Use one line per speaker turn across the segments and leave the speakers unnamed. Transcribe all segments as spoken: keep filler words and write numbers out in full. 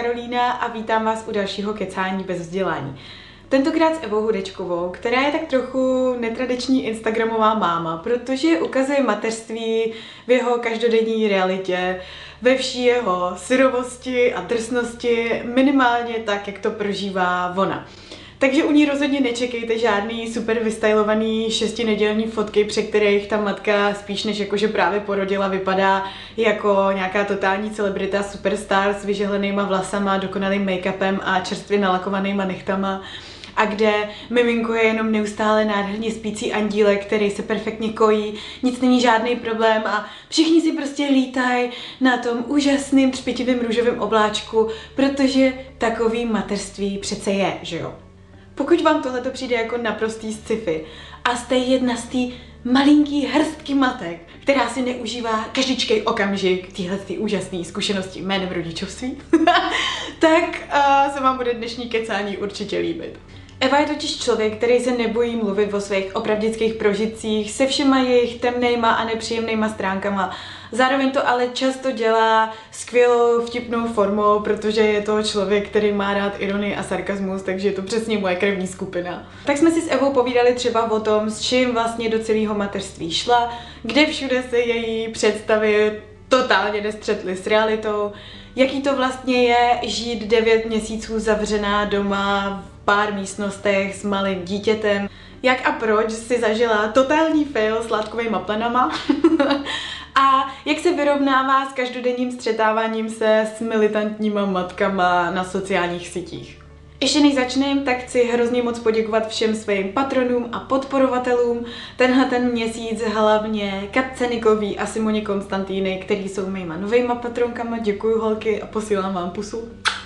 Karolína a vítám vás u dalšího kecání bez vzdělání. Tentokrát s Evou Hudečkovou, která je tak trochu netradiční instagramová máma, protože ukazuje mateřství v jeho každodenní realitě, ve vší jeho syrovosti a drsnosti, minimálně tak, jak to prožívá ona. Takže u ní rozhodně nečekejte žádný super vystylovaný šestinedělní fotky, při kterých ta matka spíš než jakože právě porodila vypadá jako nějaká totální celebrita, superstar s vyžehlenýma vlasama, dokonalým make-upem a čerstvě nalakovanýma nechtama. A kde miminko je jenom neustále nádherně spící andílek, který se perfektně kojí, nic není žádný problém a všichni si prostě lítají na tom úžasným třpitivým růžovém obláčku, protože takový mateřství přece je, že jo? Pokud vám tohle přijde jako naprostý sci-fi a jste jedna z té malinký hrstky matek, která si neužívá každičkej okamžik téhletý úžasné zkušenosti jménem rodičovství, tak uh, se vám bude dnešní kecání určitě líbit. Eva je totiž člověk, který se nebojí mluvit o svých opravdických prožitcích se všema jejich temnejma a nepříjemnýma stránkama. Zároveň to ale často dělá skvělou vtipnou formou, protože je to člověk, který má rád ironii a sarkasmus, takže je to přesně moje krevní skupina. Tak jsme si s Evou povídali třeba o tom, s čím vlastně do celého mateřství šla, kde všude se její představy totálně nestřetly s realitou, jaký to vlastně je žít devět měsíců zavřená doma v pár místnostech s malým dítětem, jak a proč si zažila totální fail s látkovými plenama a jak se vyrovnává s každodenním střetáváním se s militantníma matkama na sociálních sítích. Ještě než začneme, tak chci hrozně moc poděkovat všem svým patronům a podporovatelům. Tenhle ten měsíc hlavně Katce Nikový a Simoně Konstantýny, který jsou mýma novejma patronkama. Děkuju holky a posílám vám pusu.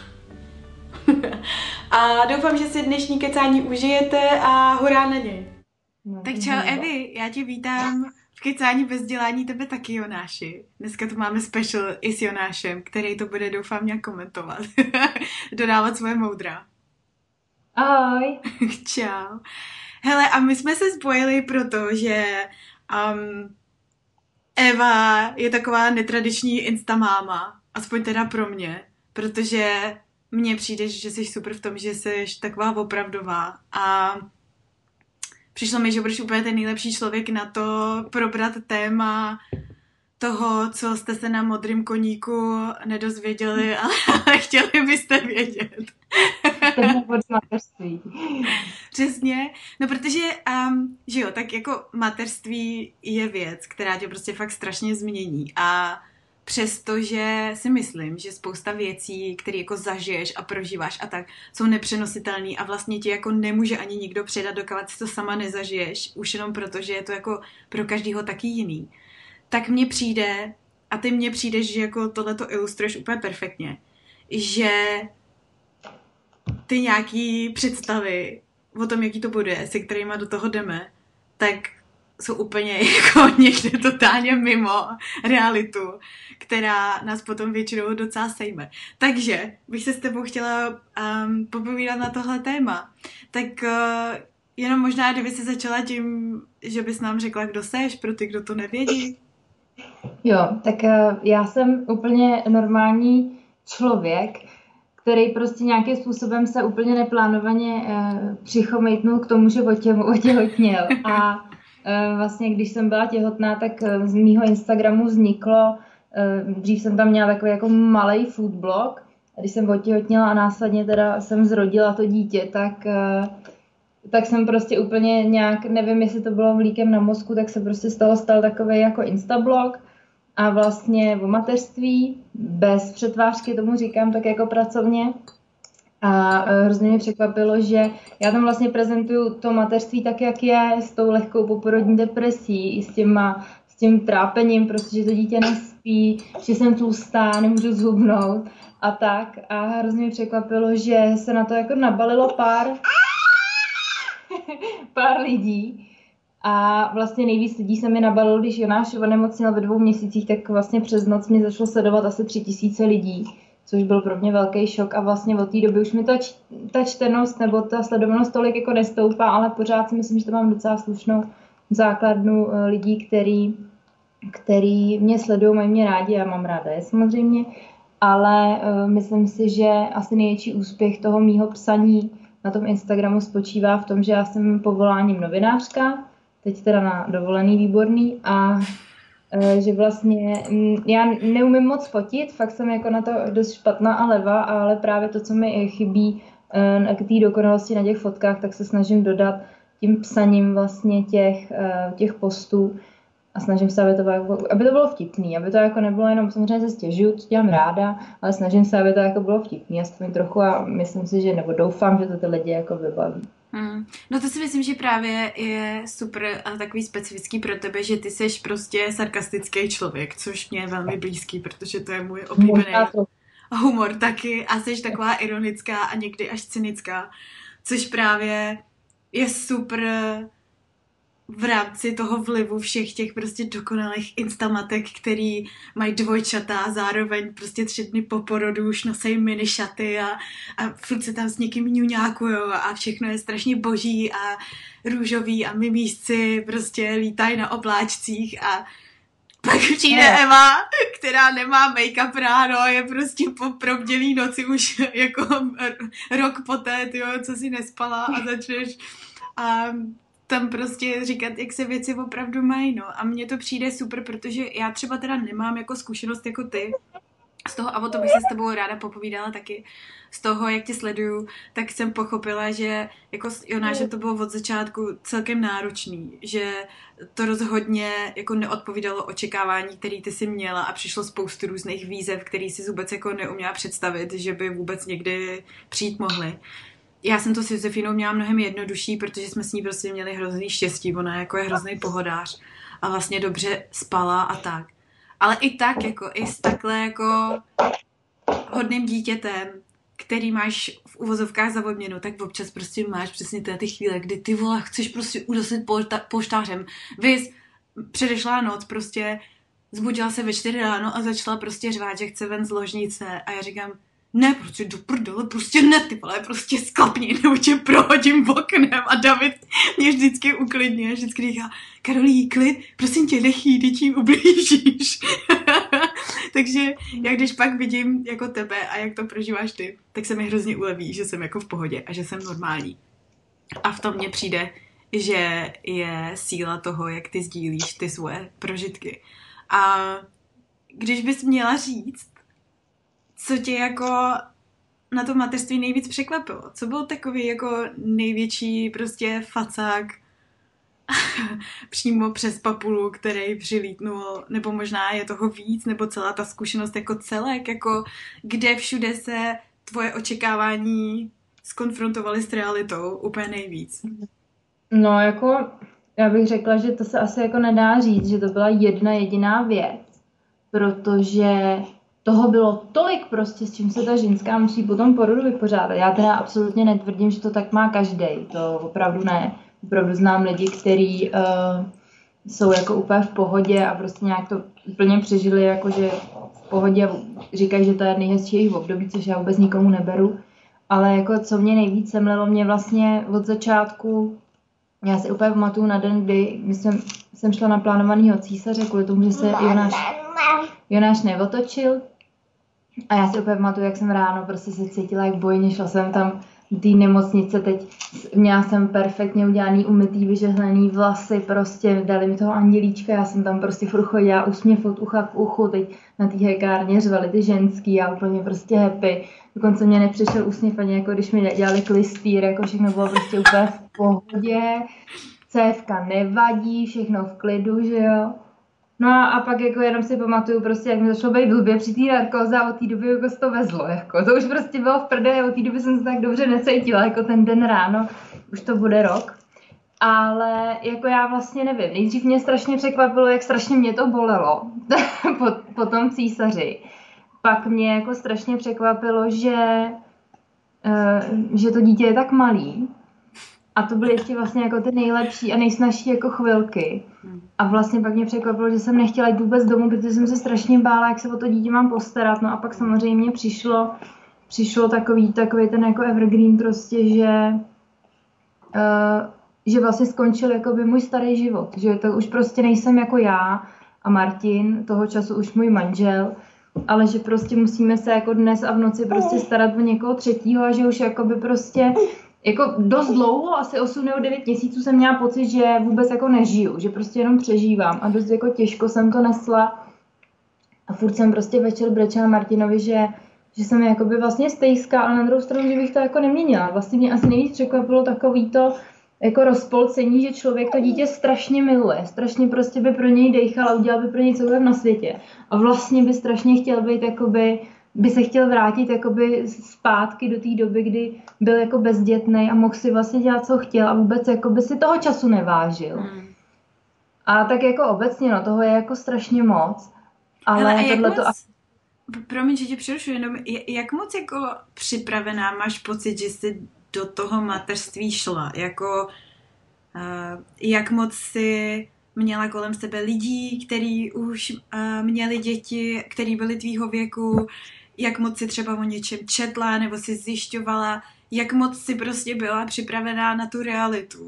A doufám, že si dnešní kecání užijete a hurá na něj. No, tak čau Evi, já tě vítám v kecání bez dělání, tebe taky Jonáši. Dneska tu máme special i s Jonášem, který to bude doufám nějak komentovat. Dodávat svoje moudra.
Ahoj.
Čau. Hele, a my jsme se spojili proto, že um, Eva je taková netradiční instamáma, aspoň teda pro mě, protože mně přijde, že jsi super v tom, že jsi taková opravdová a přišlo mi, že budeš úplně ten nejlepší člověk na to probrat téma toho, co jste se na modrém koníku nedozvěděli, ale, ale chtěli byste vědět.
Mateřství.
Přesně, no protože, um, že jo, tak jako mateřství je věc, která tě prostě fakt strašně změní a přestože si myslím, že spousta věcí, které jako zažiješ a prožíváš a tak, jsou nepřenositelné a vlastně ti jako nemůže ani nikdo předat, dokud si to sama nezažiješ, už jenom proto, že je to jako pro každýho taky jiný. Tak mně přijde, a ty mně přijdeš, že jako tohleto ilustruješ úplně perfektně, že ty nějaký představy o tom, jaký to bude, se kterýma do toho jdeme, tak jsou úplně jako někde totálně mimo realitu, která nás potom většinou docela sejme. Takže bych se s tebou chtěla um, popovídat na tohle téma. Tak uh, jenom možná, kdyby se začala tím, že bys nám řekla, kdo seš, pro ty, kdo to nevědí.
Jo, tak uh, já jsem úplně normální člověk, který prostě nějakým způsobem se úplně neplánovaně uh, přichomejtnul k tomu, že otěhotněl. A vlastně, když jsem byla těhotná, tak z mýho Instagramu vzniklo, dřív jsem tam měla takový jako malej food blog, a když jsem otěhotněla a následně teda jsem zrodila to dítě, tak, tak jsem prostě úplně nějak, nevím, jestli to bylo vlíkem na mozku, tak se prostě z toho stal takový jako instablog a vlastně o mateřství, bez přetvářky tomu říkám tak jako pracovně. A hrozně mě překvapilo, že já tam vlastně prezentuju to mateřství tak, jak je, s tou lehkou poporodní depresí, i s, těma, s tím trápením, prostě, že to dítě nespí, že jsem tlustá, nemůžu zhubnout a tak. A hrozně mě překvapilo, že se na to jako nabalilo pár, pár lidí. A vlastně nejvíc lidí se mi nabalilo, když Jonáš onemocněl ve dvou měsících, tak vlastně přes noc mě začalo sledovat asi tři tisíce lidí, což byl pro mě velký šok a vlastně od té doby už mi ta, č- ta čtenost nebo ta sledovanost tolik jako nestoupá, ale pořád si myslím, že to mám docela slušnou základnu lidí, který, který mě sledují, mají mě rádi, já mám ráda je samozřejmě. ale uh, myslím si, že asi největší úspěch toho mýho psaní na tom Instagramu spočívá v tom, že já jsem povoláním novinářka, teď teda na dovolený výborný a uh, že vlastně m, já neumím moc fotit, fakt jsem jako na to dost špatná a levá, ale právě to, co mi chybí uh, k té dokonalosti na těch fotkách, tak se snažím dodat tím psaním vlastně těch, uh, těch postů. A snažím se, aby to, bylo, aby to bylo vtipný, aby to jako nebylo jenom, samozřejmě se stěžuju, co dělám ráda, ale snažím se, aby to jako bylo vtipný, aspoň trochu a myslím si, že, nebo doufám, že to ty lidi jako vybaví.
Hmm. No to si myslím, že právě je super a takový specifický pro tebe, že ty seš prostě sarkastický člověk, což mě je velmi blízký, protože to je můj oblíbený humor taky a seš taková ironická a někdy až cynická, což právě je super v rámci toho vlivu všech těch prostě dokonalých instamatek, který mají dvojčata a zároveň prostě tři dny po porodu už nosej mini šaty a, a furt se tam s někým ňuňákujou a všechno je strašně boží a růžový a mimísci prostě lítají na obláčcích a pak přijde Eva, která nemá make-up ráno, je prostě po probdělý noci už jako rok poté, tyjo, co si nespala a začneš a tam prostě říkat, jak se věci opravdu mají, no. A mně to přijde super, protože já třeba teda nemám jako zkušenost jako ty z toho, a o to bych se s tebou ráda popovídala taky, z toho, jak tě sleduju, tak jsem pochopila, že jako Jona, že to bylo od začátku celkem náročný, že to rozhodně jako neodpovídalo očekávání, který ty jsi měla a přišlo spoustu různých výzev, který si vůbec jako neuměla představit, že by vůbec někdy přijít mohly. Já jsem to s Josefinou měla mnohem jednodušší, protože jsme s ní prostě měli hrozný štěstí, ona jako je hrozný pohodář a vlastně dobře spala a tak. Ale i tak, jako i s takhle jako hodným dítětem, který máš v uvozovkách za odměnu, tak občas prostě máš přesně ty, ty chvíle, kdy ty vole, chceš prostě udosit poštářem. Vys, předešlá noc prostě zbudila se ve čtyři ráno a začala prostě řvát, že chce ven z ložnice a já říkám, ne, prostě do prdele, prostě ne, ty vole, prostě sklapni, nebo tě prohodím oknem a David mě vždycky uklidně, vždycky říká, Karolí, klid, prosím tě, nechý, ty tím ublížíš. Takže já když pak vidím jako tebe a jak to prožíváš ty, tak se mi hrozně uleví, že jsem jako v pohodě a že jsem normální. A v tom mně přijde, že je síla toho, jak ty sdílíš ty svoje prožitky. A když bys měla říct, co tě jako na to mateřství nejvíc překvapilo? Co byl takový jako největší prostě facák přímo přes papulu, který přilítnul, nebo možná je toho víc, nebo celá ta zkušenost jako celek, jako kde všude se tvoje očekávání skonfrontovaly s realitou úplně nejvíc?
No jako, já bych řekla, že to se asi jako nedá říct, že to byla jedna jediná věc, protože toho bylo tolik prostě, s čím se ta ženská musí potom porodu vypořádat. Já teda absolutně netvrdím, že to tak má každej, to opravdu ne. Opravdu znám lidi, kteří uh, jsou jako úplně v pohodě a prostě nějak to úplně přežili, jakože v pohodě a říkají, že to je nejhezčí jejich období, což já vůbec nikomu neberu. Ale jako co mě nejvíc semlelo, mě vlastně od začátku, já si úplně pamatuju na den, kdy jsem, jsem šla na plánovanýho císaře, kvůli tomu, že se Jonáš, Jonáš neotočil. A já si úplně pamatuju, jak jsem ráno prostě se cítila jak bojně, šla jsem tam do té nemocnice, teď měla jsem perfektně udělaný, umytý, vyžehlený vlasy, prostě dali mi toho andělíčka, já jsem tam prostě furt chodila, úsměv od ucha k uchu, teď na té hekárně řvali ty ženský, já úplně prostě happy, dokonce mě nepřišel úsměv ani jako když mi dělali klistýr, jako všechno bylo prostě úplně v pohodě, cévka nevadí, všechno v klidu, že jo. No a, a pak jako jenom si pamatuju prostě, jak mi začalo být blbě při té narkóze a od té doby jako se to vezlo, jako. To už prostě bylo v prdeli, od té doby jsem se tak dobře necítila, jako ten den ráno, už to bude rok. Ale jako já vlastně nevím, nejdřív mě strašně překvapilo, jak strašně mě to bolelo po, po tom císaři. Pak mě jako strašně překvapilo, že, uh, že to dítě je tak malý. A to byly ještě vlastně jako ty nejlepší a nejsnažší jako chvilky. A vlastně pak mě překvapilo, že jsem nechtěla jít vůbec domů, protože jsem se strašně bála, jak se o to dítě mám postarat. No a pak samozřejmě přišlo, přišlo takový, takový ten jako evergreen prostě, že, uh, že vlastně skončil jakoby můj starý život. Že to už prostě nejsem jako já a Martin, toho času už můj manžel, ale že prostě musíme se jako dnes a v noci prostě starat o někoho třetího a že už jakoby prostě jako dost dlouho, asi osm nebo devět měsíců jsem měla pocit, že vůbec jako nežiju, že prostě jenom přežívám a dost jako těžko jsem to nesla a furt jsem prostě večer brečela Martinovi, že, že jsem jakoby vlastně stejská, ale na druhou stranu, že bych to jako neměnila. Vlastně mě asi nejvíc překvapilo takový to jako rozpolcení, že člověk to dítě strašně miluje, strašně prostě by pro něj dejchal a udělal by pro něj cokoliv na světě a vlastně by strašně chtěl být jakoby by se chtěl vrátit jakoby zpátky do té doby, kdy byl jako bezdětný a mohl si vlastně dělat, co chtěl a vůbec jakoby si toho času nevážil. Hmm. A tak jako obecně, no, toho je jako strašně moc. Ale, ale tohle to... Moc,
promiň, že tě přerušuji, jenom jak moc jako připravená máš pocit, že jsi do toho mateřství šla? Jako, uh, jak moc jsi měla kolem sebe lidí, kteří už uh, měli děti, kteří byli tvýho věku, jak moc si třeba o něčem četla nebo si zjišťovala, jak moc si prostě byla připravená na tu realitu?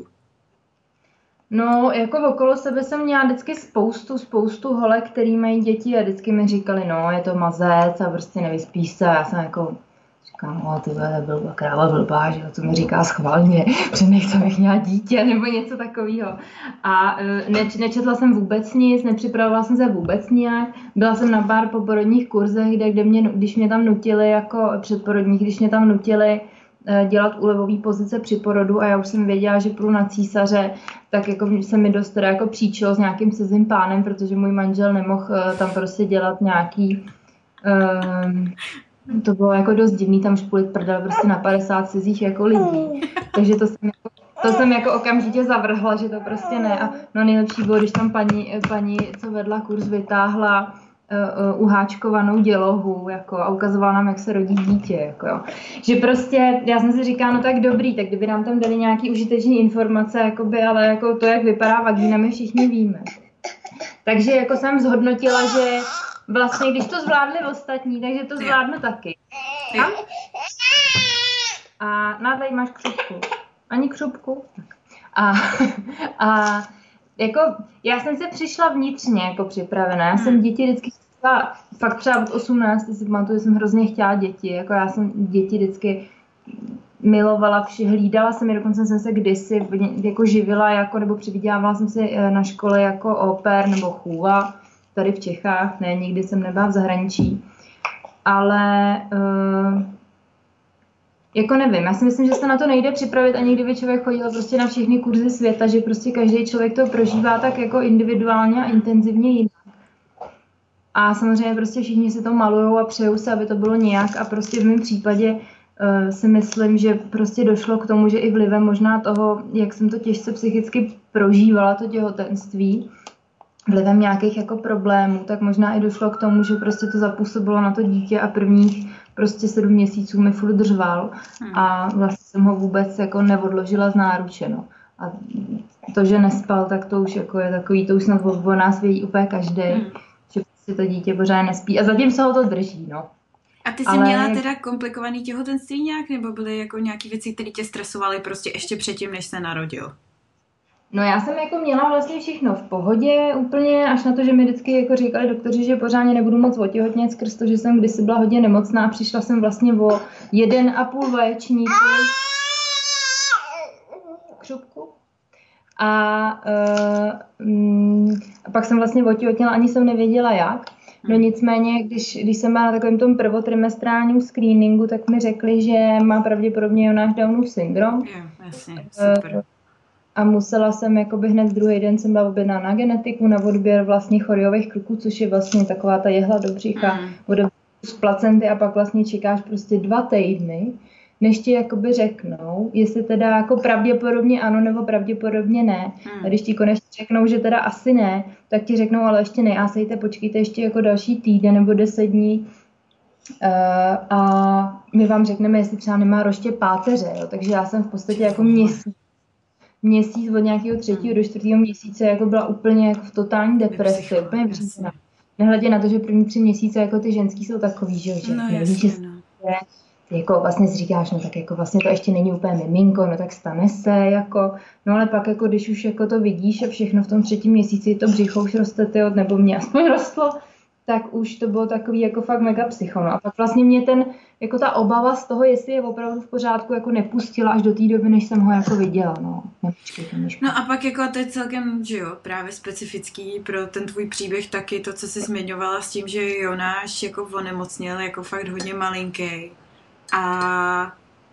No, jako okolo sebe jsem měla vždycky spoustu, spoustu holek, který mají děti a vždycky mi říkali, no, je to mazec a prostě nevyspíš se. Já jsem jako říkám, no, ty vole, blbá, kráva blbá, že to mi říká schválně, že nechce bych měla dítě nebo něco takového. A ne, nečetla jsem vůbec nic, nepřipravovala jsem se vůbec nijak. Byla jsem na pár poporodních kurzech, kde, kde mě, když mě tam nutili, jako předporodních, když mě tam nutili dělat úlevové pozice při porodu a já už jsem věděla, že půjdu na císaře, tak jako se mi dost teda jako příčilo s nějakým cizím pánem, protože můj manžel nemohl tam prostě dělat nějaký... Um, to bylo jako dost divný, tam špulit prdel prostě na padesát cizích jako lidí. Takže to jsem jako, to jsem jako okamžitě zavrhla, že to prostě ne. A no nejlepší bylo, když tam paní, paní co vedla kurz, vytáhla uh, uháčkovanou dělohu jako, a ukazovala nám, jak se rodí dítě. Jako, jo. Že prostě, já jsem si říkala, no tak dobrý, tak kdyby nám tam dali nějaký užitečný informace, jakoby, ale jako to, jak vypadá vagína, my všichni víme. Takže jako jsem zhodnotila, že vlastně, když to zvládli ostatní, takže to zvládnu taky. A, a no, tady máš křupku. Ani křupku. A, a jako, já jsem se přišla vnitřně jako připravená. Já jsem děti vždycky chtěla, fakt třeba od osmnácti si pamatuju, jsem hrozně chtěla děti. Jako já jsem děti vždycky milovala, vši, hlídala jsem je, dokonce jsem se kdysi jako živila, jako, nebo přivydělávala jsem si na škole jako oper nebo chůva. Tady v Čechách, ne, nikdy jsem nebyla v zahraničí, ale uh, jako nevím, já si myslím, že se na to nejde připravit, ani kdyby člověk chodil prostě na všechny kurzy světa, že prostě každý člověk to prožívá tak jako individuálně a intenzivně jinak. A samozřejmě prostě všichni si to malujou a přejou se, aby to bylo nějak a prostě v mém případě uh, si myslím, že prostě došlo k tomu, že i vlivem možná toho, jak jsem to těžce psychicky prožívala, to těhotenství, vlivem nějakých jako problémů, tak možná i došlo k tomu, že prostě to zapůsobilo na to dítě a prvních prostě sedm měsíců mi furt držval a vlastně jsem ho vůbec jako neodložila z náruče, no. A to, že nespal, tak to už jako je takový, to už snad o nás vědí úplně každý, hmm. že prostě to dítě pořád nespí a zatím se ho to drží, no.
A ty jsi Ale... měla teda komplikovaný těhotenství nějak, nebo byly jako nějaký věci, které tě stresovaly prostě ještě předtím, než se narodil?
No já jsem jako měla vlastně všechno v pohodě úplně, až na to, že mi vždycky jako říkali doktoři, že pořádně nebudu moc otěhotnět skrz to, že jsem kdysi byla hodně nemocná a přišla jsem vlastně o jeden a půl vaječníku křupku. A, uh, a pak jsem vlastně otěhotněla, ani jsem nevěděla jak. No nicméně, když, když jsem byla na takovém tom prvotrimestrálním screeningu, tak mi řekli, že má pravděpodobně Jonáš Downův syndrom.
Jo, jasně, super. Uh,
A musela jsem, jakoby hned druhý den jsem byla objednána na genetiku, na odběr vlastně choriových krků, což je vlastně taková ta jehla do břicha, mm. odeběr z placenty a pak vlastně čekáš prostě dva týdny, než ti jakoby řeknou, jestli teda jako pravděpodobně ano nebo pravděpodobně ne. Mm. A když ti konečně řeknou, že teda asi ne, tak ti řeknou, ale ještě nejásejte, počkejte ještě jako další týden nebo deset dní. Uh, a my vám řekneme, jestli třeba nemá roště páteře, jo. Takže já jsem v podstatě jako měsíc měsíc od nějakého třetího do čtvrtého měsíce jako byla úplně jako v totální depresi, úplně vřízená. Nehledě na to, že první tři měsíce jako ty ženský jsou takový, že, že
no,
nevíš, že no. Ty jako vlastně si říkáš, no tak jako vlastně to ještě není úplně miminko, no tak stane se, jako, no ale pak jako když už jako to vidíš a všechno v tom třetím měsíci to břicho už roste, tyjo, nebo mě aspoň rostlo, tak už to bylo takový jako fakt mega psycho. No. A pak vlastně mě ten, jako ta obava z toho, jestli je opravdu v pořádku, jako nepustila až do té doby, než jsem ho jako viděla. No,
no a pak jako to je celkem, že jo, právě specifický pro ten tvůj příběh taky to, co jsi zmiňovala s tím, že Jonáš jako onemocněl jako fakt hodně malinký. A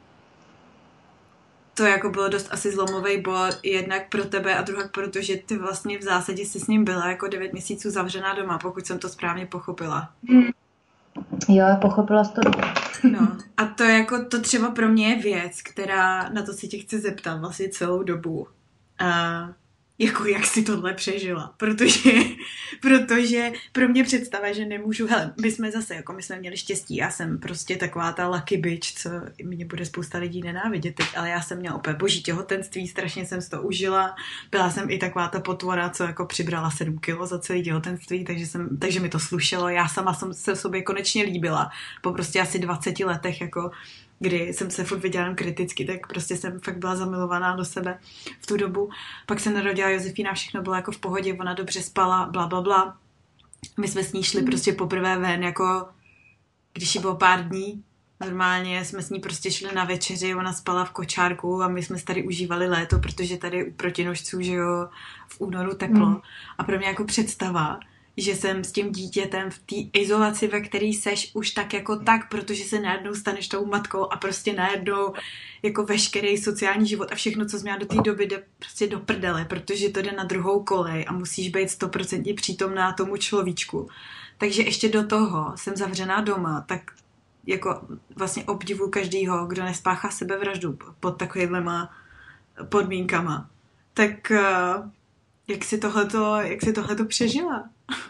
to jako bylo dost asi zlomový bod jednak pro tebe a druhak, protože ty vlastně v zásadě jsi s ním byla jako devět měsíců zavřená doma, pokud jsem to správně pochopila.
Hmm. Jo, pochopila jsi to.
No a to jako, to třeba pro mě je věc, která, na to si tě chci zeptat vlastně celou dobu. A jako jak si tohle přežila, protože, protože pro mě představa, že nemůžu, hele, my jsme zase, jako my jsme měli štěstí, já jsem prostě taková ta lucky bitch, co mě bude spousta lidí nenávidět teď, ale já jsem měla úplně boží těhotenství, strašně jsem si to užila, byla jsem i taková ta potvora, co jako přibrala sedm kilo za celý těhotenství, takže, jsem, takže mi to slušelo, já sama jsem se v sobě konečně líbila, po prostě asi dvaceti letech, jako kdy jsem se furt viděla kriticky, tak prostě jsem fakt byla zamilovaná do sebe v tu dobu. Pak se narodila Josefína, všechno bylo jako v pohodě, ona dobře spala, bla, bla, bla. My jsme s ní šli prostě poprvé ven, jako když jí bylo pár dní. Normálně jsme s ní prostě šli na večeři, ona spala v kočárku a my jsme si tady užívali léto, protože tady u protinožců, že jo, v únoru teplo. Mm. A pro mě jako představa, že jsem s tím dítětem v té izolaci, ve který seš už tak jako tak, protože se najednou staneš tou matkou a prostě najednou jako veškerý sociální život a všechno, co jsi měla do té doby, jde prostě do prdele, protože to jde na druhou kolej a musíš být stoprocentně přítomná tomu človíčku. Takže ještě do toho jsem zavřená doma, tak jako vlastně obdivuju každýho, kdo nespáchá sebevraždu pod takovýhlema podmínkama. Tak jak si tohleto, jak si tohleto přežila?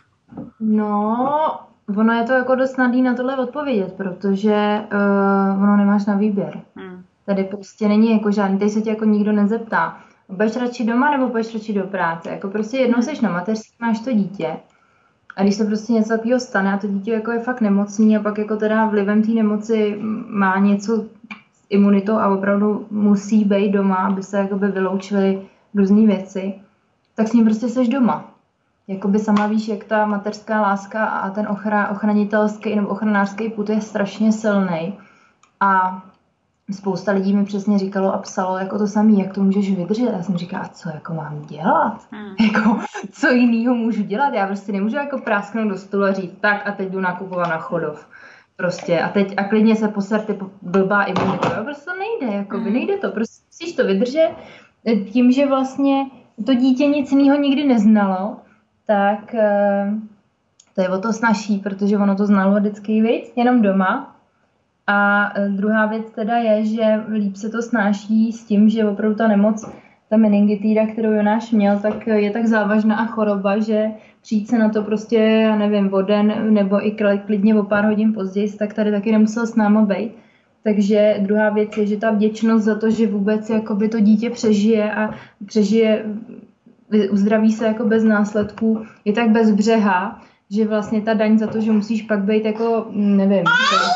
No, ono je to jako dost snadný na tohle odpovědět, protože uh, ono nemáš na výběr. Hmm. Tady prostě není jako žádný, tady se tě jako nikdo nezeptá. Budeš radši doma nebo budeš radši do práce? Jako prostě jednou seš na mateřství, máš to dítě. A když se prostě něco takového stane a to dítě jako je fakt nemocný a pak jako teda vlivem té nemoci má něco s imunitou a opravdu musí být doma, aby se jakoby vyloučily různé věci, tak s ním prostě seš doma. Jakoby sama víš, jak ta mateřská láska a ten ochra, ochranitelský nebo ochranářský pud je strašně silný. A spousta lidí mi přesně říkalo a psalo jako to samé, jak to můžeš vydržet. Já jsem říkala, a co jako mám dělat? Hmm. Jako, co jinýho můžu dělat? Já prostě nemůžu jako prásknout do stolu a říct, tak a teď jdu nakupovat na Chodov. Prostě a teď a klidně se poser ty blbá imunita. Prostě to nejde, jakoby, nejde to. Prostě musíš to vydržet tím, že vlastně to dítě nic jiného nikdy neznalo, tak to je o to snazší, protože ono to znalo vždycky víc, jenom doma. A druhá věc teda je, že líp se to snáší s tím, že opravdu ta nemoc, ta meningitída, kterou Jonáš měl, tak je tak závažná choroba, že přijít se na to prostě, já nevím, o den nebo i klidně o pár hodin později, tak tady taky nemusel s náma být. Takže druhá věc je, že ta vděčnost za to, že vůbec jakoby to dítě přežije a přežije, uzdraví se jako bez následků, je tak bezbřehá, že vlastně ta daň za to, že musíš pak být jako, nevím,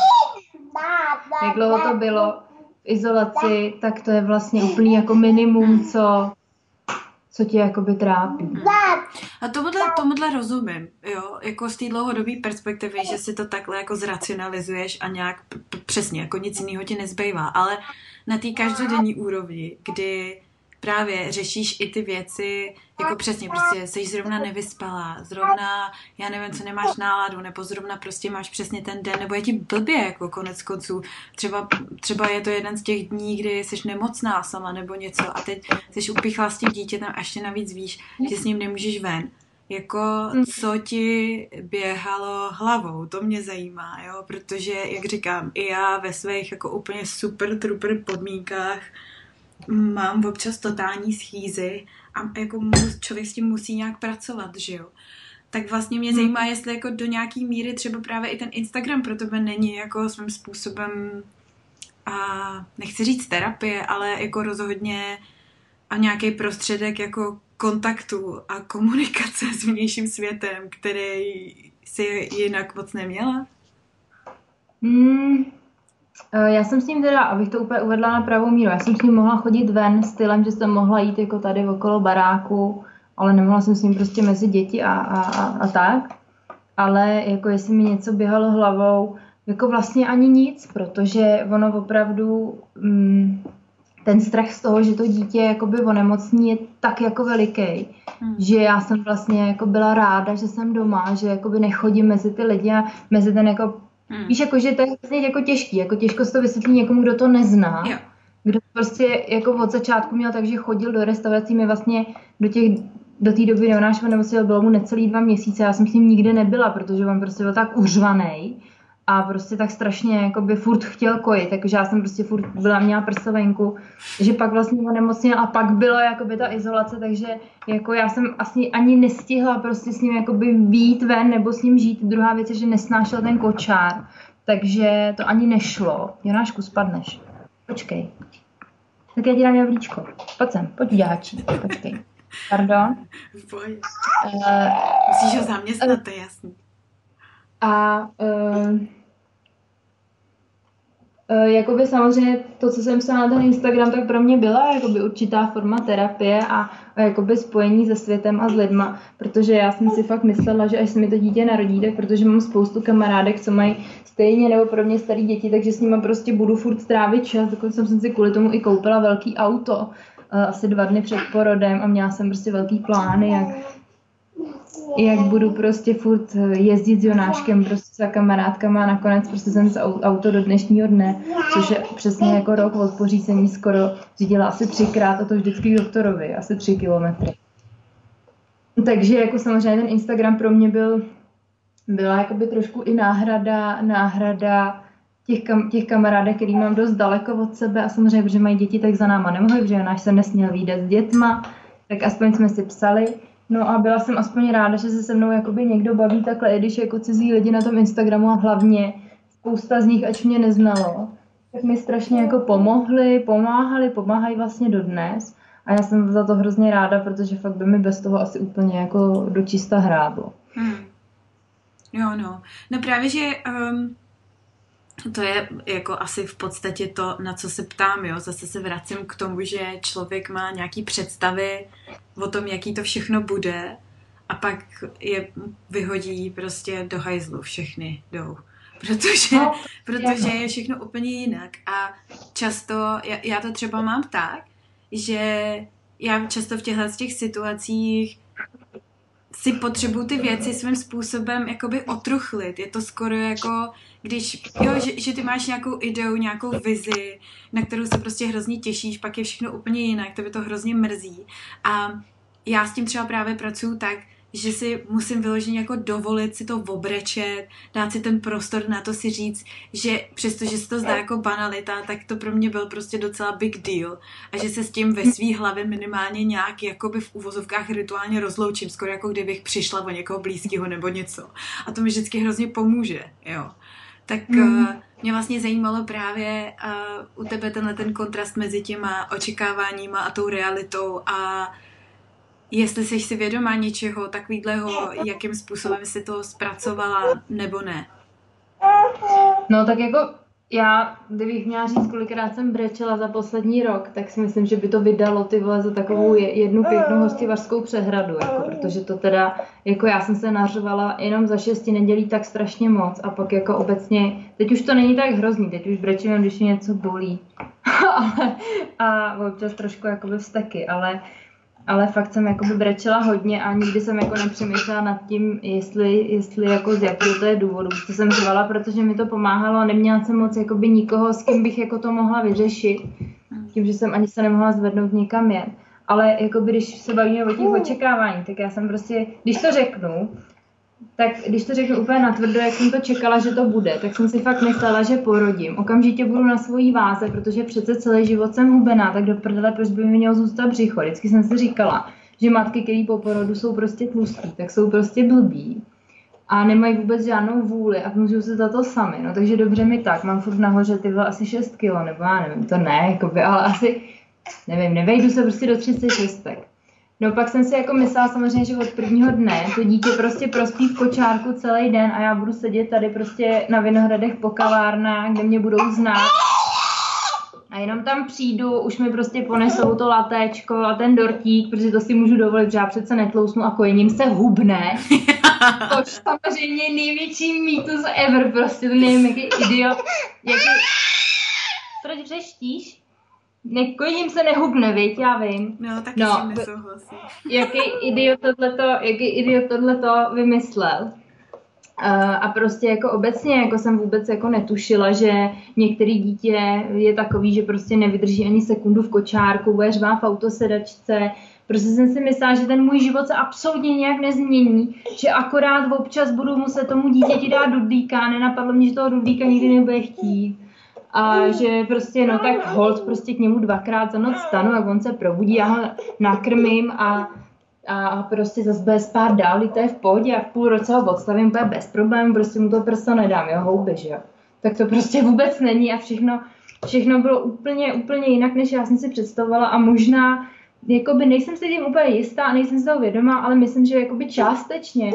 jak dlouho to bylo v izolaci, tak to je vlastně úplný jako minimum, co, co tě jakoby trápí.
A tomuhle, tomuhle rozumím, jo, jako z té dlouhodobé perspektivy, že si to takhle jako zracionalizuješ a nějak p- přesně, jako nic jiného ti nezbývá, ale na té každodenní úrovni, kdy právě řešíš i ty věci, jako přesně, prostě jsi zrovna nevyspalá, zrovna, já nevím, co nemáš náladu, nebo zrovna prostě máš přesně ten den, nebo je ti blbě, jako konec konců. Třeba, třeba je to jeden z těch dní, kdy jsi nemocná sama, nebo něco a teď jsi upíchla s tím dítětem a ještě navíc víš, že s ním nemůžeš ven. Jako, co ti běhalo hlavou, to mě zajímá, jo, protože, jak říkám, i já ve svých jako úplně super trooper podmínkách mám občas totální schýzy a jako člověk s tím musí nějak pracovat, že jo. Tak vlastně mě zajímá, jestli jako do nějaký míry třeba právě i ten Instagram pro tebe není jako svým způsobem a nechci říct terapie, ale jako rozhodně a nějaký prostředek jako kontaktu a komunikace s vnějším světem, který si jinak moc neměla?
Hmm. Já jsem s ním teda, abych to úplně uvedla na pravou míru, já jsem s ním mohla chodit ven stylem, že jsem mohla jít jako tady okolo baráku, ale nemohla jsem s ním prostě mezi děti a, a, a, a tak. ale jako jestli mi něco běhalo hlavou, jako vlastně ani nic, protože ono opravdu, mm, ten strach z toho, že to dítě jakoby onemocní, je tak jako veliký, hmm. že já jsem vlastně jako byla ráda, že jsem doma, že jakoby nechodím mezi ty lidi a mezi ten jako, hmm. víš, jako, že to je vlastně jako těžký, jako těžko se to vysvětlí někomu, kdo to nezná, jo. Kdo prostě jako od začátku měl tak, že chodil do restaurací, mi vlastně do těch do té doby Jonáš onemocněl, bylo mu necelý dva měsíce, já jsem s ním nikdy nebyla, protože on prostě byl tak uřvanej a prostě tak strašně jakoby furt chtěl kojit, takže já jsem prostě furt byla, měla prsovenku, že pak vlastně onemocněl a pak byla jakoby ta izolace, takže jako já jsem asi ani nestihla prostě s ním jakoby vyjít ven nebo s ním žít. Druhá věc je, že nesnášel ten kočár, takže to ani nešlo. Jonášku, spadneš. Počkej. Tak já ti dám jablíčko. Pojď sem, pojď děláči. Počkej. Pardon.
Pojď. Uh, Musíš ho zaměstnat, to je jasný.
A uh, uh, jakoby samozřejmě to, co jsem psala na ten Instagram, tak pro mě byla jakoby určitá forma terapie a, a jakoby spojení se světem a s lidma, protože já jsem si fakt myslela, že až se mi to dítě narodí, tak protože mám spoustu kamarádek, co mají stejně nebo pro mě starý děti, takže s nimi prostě budu furt strávit čas, dokonce jsem si kvůli tomu i koupila velký auto, asi dva dny před porodem a měla jsem prostě velký plány, jak, jak budu prostě furt jezdit s Jonáškem prostě za kamarádkama a nakonec prostě jsem z auto do dnešního dne, což je přesně jako rok od pořízení skoro řídila asi třikrát a to vždycky k doktorovi, asi tři kilometry. Takže jako samozřejmě ten Instagram pro mě byl, byla jakoby trošku i náhrada, náhrada Těch, kam, těch kamarádek, který mám dost daleko od sebe a samozřejmě, protože mají děti, tak za náma nemohli, protože Jonáš se nesměl výdat s dětma, tak aspoň jsme si psali. No a byla jsem aspoň ráda, že se se mnou jakoby někdo baví takhle, i když jako cizí lidi na tom Instagramu a hlavně spousta z nich, ač mě neznalo, tak mi strašně jako pomohli, pomáhali, pomáhají vlastně dodnes a já jsem za to hrozně ráda, protože fakt by mi bez toho asi úplně jako dočista hráblo.
Hmm. Jo, no. No právě, že... Um... To je jako asi v podstatě to, na co se ptám, jo. Zase se vracím k tomu, že člověk má nějaký představy o tom, jaký to všechno bude a pak je vyhodí prostě do hajzlu, všechny jdou. Protože, no, protože je všechno úplně jinak a často, já, já to třeba mám tak, že já často v těchto těch situacích si potřebuju ty věci svým způsobem jakoby otruchlit. Je to skoro jako, když, jo, že, že ty máš nějakou ideu, nějakou vizi, na kterou se prostě hrozně těšíš, pak je všechno úplně jinak, to by to hrozně mrzí. A já s tím třeba právě pracuju tak, že si musím vyloženě jako dovolit si to obrečet, dát si ten prostor na to si říct, že přestože se to zdá jako banalita, tak to pro mě byl prostě docela big deal a že se s tím ve svý hlavě minimálně nějak jakoby v uvozovkách rituálně rozloučím, skoro jako kdybych přišla o někoho blízkého nebo něco. A to mi vždycky hrozně pomůže, jo. Tak mm. uh, mě vlastně zajímalo právě uh, u tebe tenhle ten kontrast mezi těma očekáváníma a tou realitou a jestli jsi si vědomá něčeho takového, jakým způsobem jsi to zpracovala, nebo ne?
No tak jako já, kdybych měla říct, kolikrát jsem brečela za poslední rok, tak si myslím, že by to vydalo ty vole za takovou jednu pěknou hostivařskou přehradu, jako, protože to teda, jako já jsem se nařovala jenom za šesti nedělí tak strašně moc a pak jako obecně, teď už to není tak hrozný, teď už brečím, když mě něco bolí ale, a občas trošku jakoby vzteky, ale Ale fakt jsem jakoby brečela hodně a nikdy jsem jako nepřemýšlela nad tím, jestli, jestli jako z jakého to je důvodu. To jsem řvala, protože mi to pomáhalo a neměla jsem moc jakoby nikoho, s kým bych jako to mohla vyřešit. Tím, že jsem ani se nemohla zvednout nikam jen. Ale jakoby, když se bavíme o těch očekávání, tak já jsem prostě, když to řeknu, tak když to řeknu úplně natvrdo, jak jsem to čekala, že to bude, tak jsem si fakt myslela, že porodím. Okamžitě budu na svojí váze, protože přece celý život jsem hubená, tak do prdele, proč by mi mělo zůstat břicho. Vždycky jsem si říkala, že matky, které po porodu jsou prostě tlustý, tak jsou prostě blbí a nemají vůbec žádnou vůli a můžou se za to sami. No takže dobře mi tak, mám furt nahoře ty vole asi šest kilo, nebo já nevím, to ne, jakoby, ale asi, nevím, nevejdu se prostě do třicet šest. No pak jsem si jako myslela samozřejmě, že od prvního dne to dítě prostě prospí v kočárku celý den a já budu sedět tady prostě na Vinohradech po kavárnách, kde mě budou znát. A jenom tam přijdu, už mi prostě ponesou to latéčko a ten dortík, protože to si můžu dovolit, že já přece netlousnu a kojením se hubne. To samozřejmě největší mýtus ever, prostě to nevím, jaký idiot, jaký... Proč řeštíš? Nekodím se nehubne, viď, já vím.
No, taky
no,
si nesouhlasím.
Jaký idiot tohleto, jaký idiot tohleto vymyslel. Uh, a prostě jako obecně jako jsem vůbec jako netušila, že některý dítě je takový, že prostě nevydrží ani sekundu v kočárku, bude řvát v autosedačce. Prostě jsem si myslela, že ten můj život se absolutně nějak nezmění, že akorát občas budu muset tomu dítěti dát dudlíka, nenapadlo mě, že toho dudlíka nikdy nebude chtít. A že prostě, no tak hold, prostě k němu dvakrát za noc stanu a on se probudí, já ho nakrmím a, a prostě zase bude spát dál, to je v pohodě a v půl roce ho odstavím úplně bez problémů, prostě mu to prso nedám, jo, houby, že jo. Tak to prostě vůbec není a všechno, všechno bylo úplně, úplně jinak, než já jsem si představovala a možná, jakoby nejsem si tím úplně jistá, nejsem si toho vědomá, ale myslím, že jakoby částečně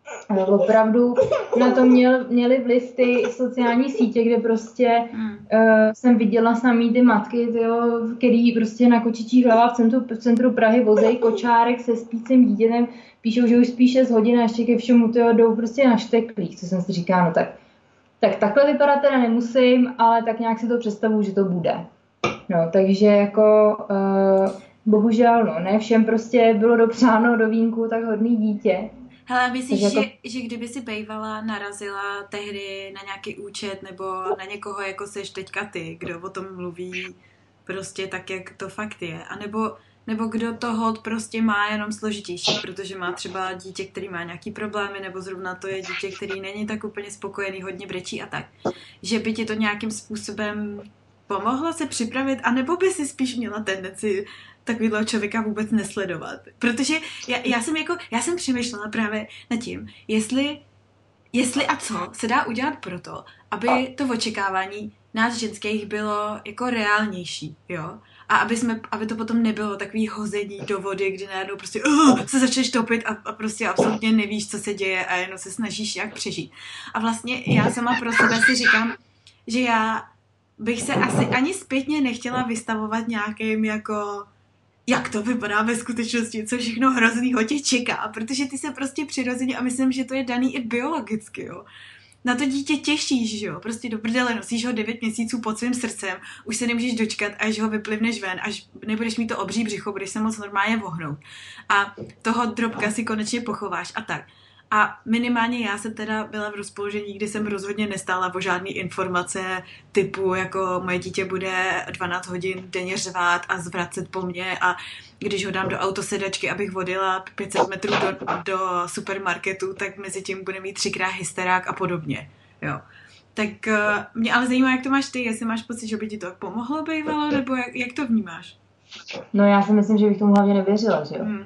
opravdu na to měl, měly vliv ty sociální sítě, kde prostě hmm. uh, jsem viděla samý ty matky, tyjo, který prostě na kočičích hlavách v centru, v centru Prahy vozejí kočárek se spícím dítětem, píšou, že už spí šest hodin a ještě ke všemu tyjo, jdou prostě na šteklích, co jsem si říkala, no tak, tak takhle vypadat teda nemusím, ale tak nějak si to představuju, že to bude. No, takže jako uh, bohužel, no, ne všem prostě bylo dopřáno do vínku tak hodný dítě.
Hele, myslíš,
jako...
že, že kdyby si bejvala narazila tehdy na nějaký účet nebo na někoho, jako seš teďka ty, kdo o tom mluví prostě tak, jak to fakt je, a nebo, nebo kdo to hod prostě má jenom složitější, protože má třeba dítě, který má nějaký problémy, nebo zrovna to je dítě, který není tak úplně spokojený, hodně brečí a tak, že by ti to nějakým způsobem pomohlo se připravit, anebo by si spíš měla tendenci takovýhle člověka vůbec nesledovat. Protože já, já jsem jako, já jsem přemýšlela právě nad tím, jestli, jestli a co se dá udělat proto, aby to očekávání nás ženských bylo jako reálnější, jo? A aby, jsme, aby to potom nebylo takový hození do vody, kdy najednou prostě uh, se začneš topit a, a prostě absolutně nevíš, co se děje a jenom se snažíš jak přežít. A vlastně já sama pro sebe si říkám, že já bych se asi ani zpětně nechtěla vystavovat nějakým jako jak to vypadá ve skutečnosti, co všechno hroznýho tě čeká, protože ty se prostě přirozeně, a myslím, že to je daný i biologicky, jo. Na to dítě těšíš, jo, prostě do prdele nosíš ho devět měsíců pod svým srdcem, už se nemůžeš dočkat, až ho vyplivneš ven, až nebudeš mít to obří břicho, budeš se moc normálně vohnout. A toho drobka si konečně pochováš a tak. A minimálně já jsem teda byla v rozpoložení, kdy jsem rozhodně nestála o žádný informace typu, jako moje dítě bude dvanáct hodin denně řvát a zvracet po mně a když ho dám do autosedačky, abych vodila pět set metrů do, do supermarketu, tak mezi tím bude mít třikrát hysterák a podobně. Jo. Tak uh, mě ale zajímá, jak to máš ty, jestli máš pocit, že by ti to pomohlo bývalo, nebo jak, jak to vnímáš?
No já si myslím, že bych tomu hlavně nevěřila, že jo. Hmm.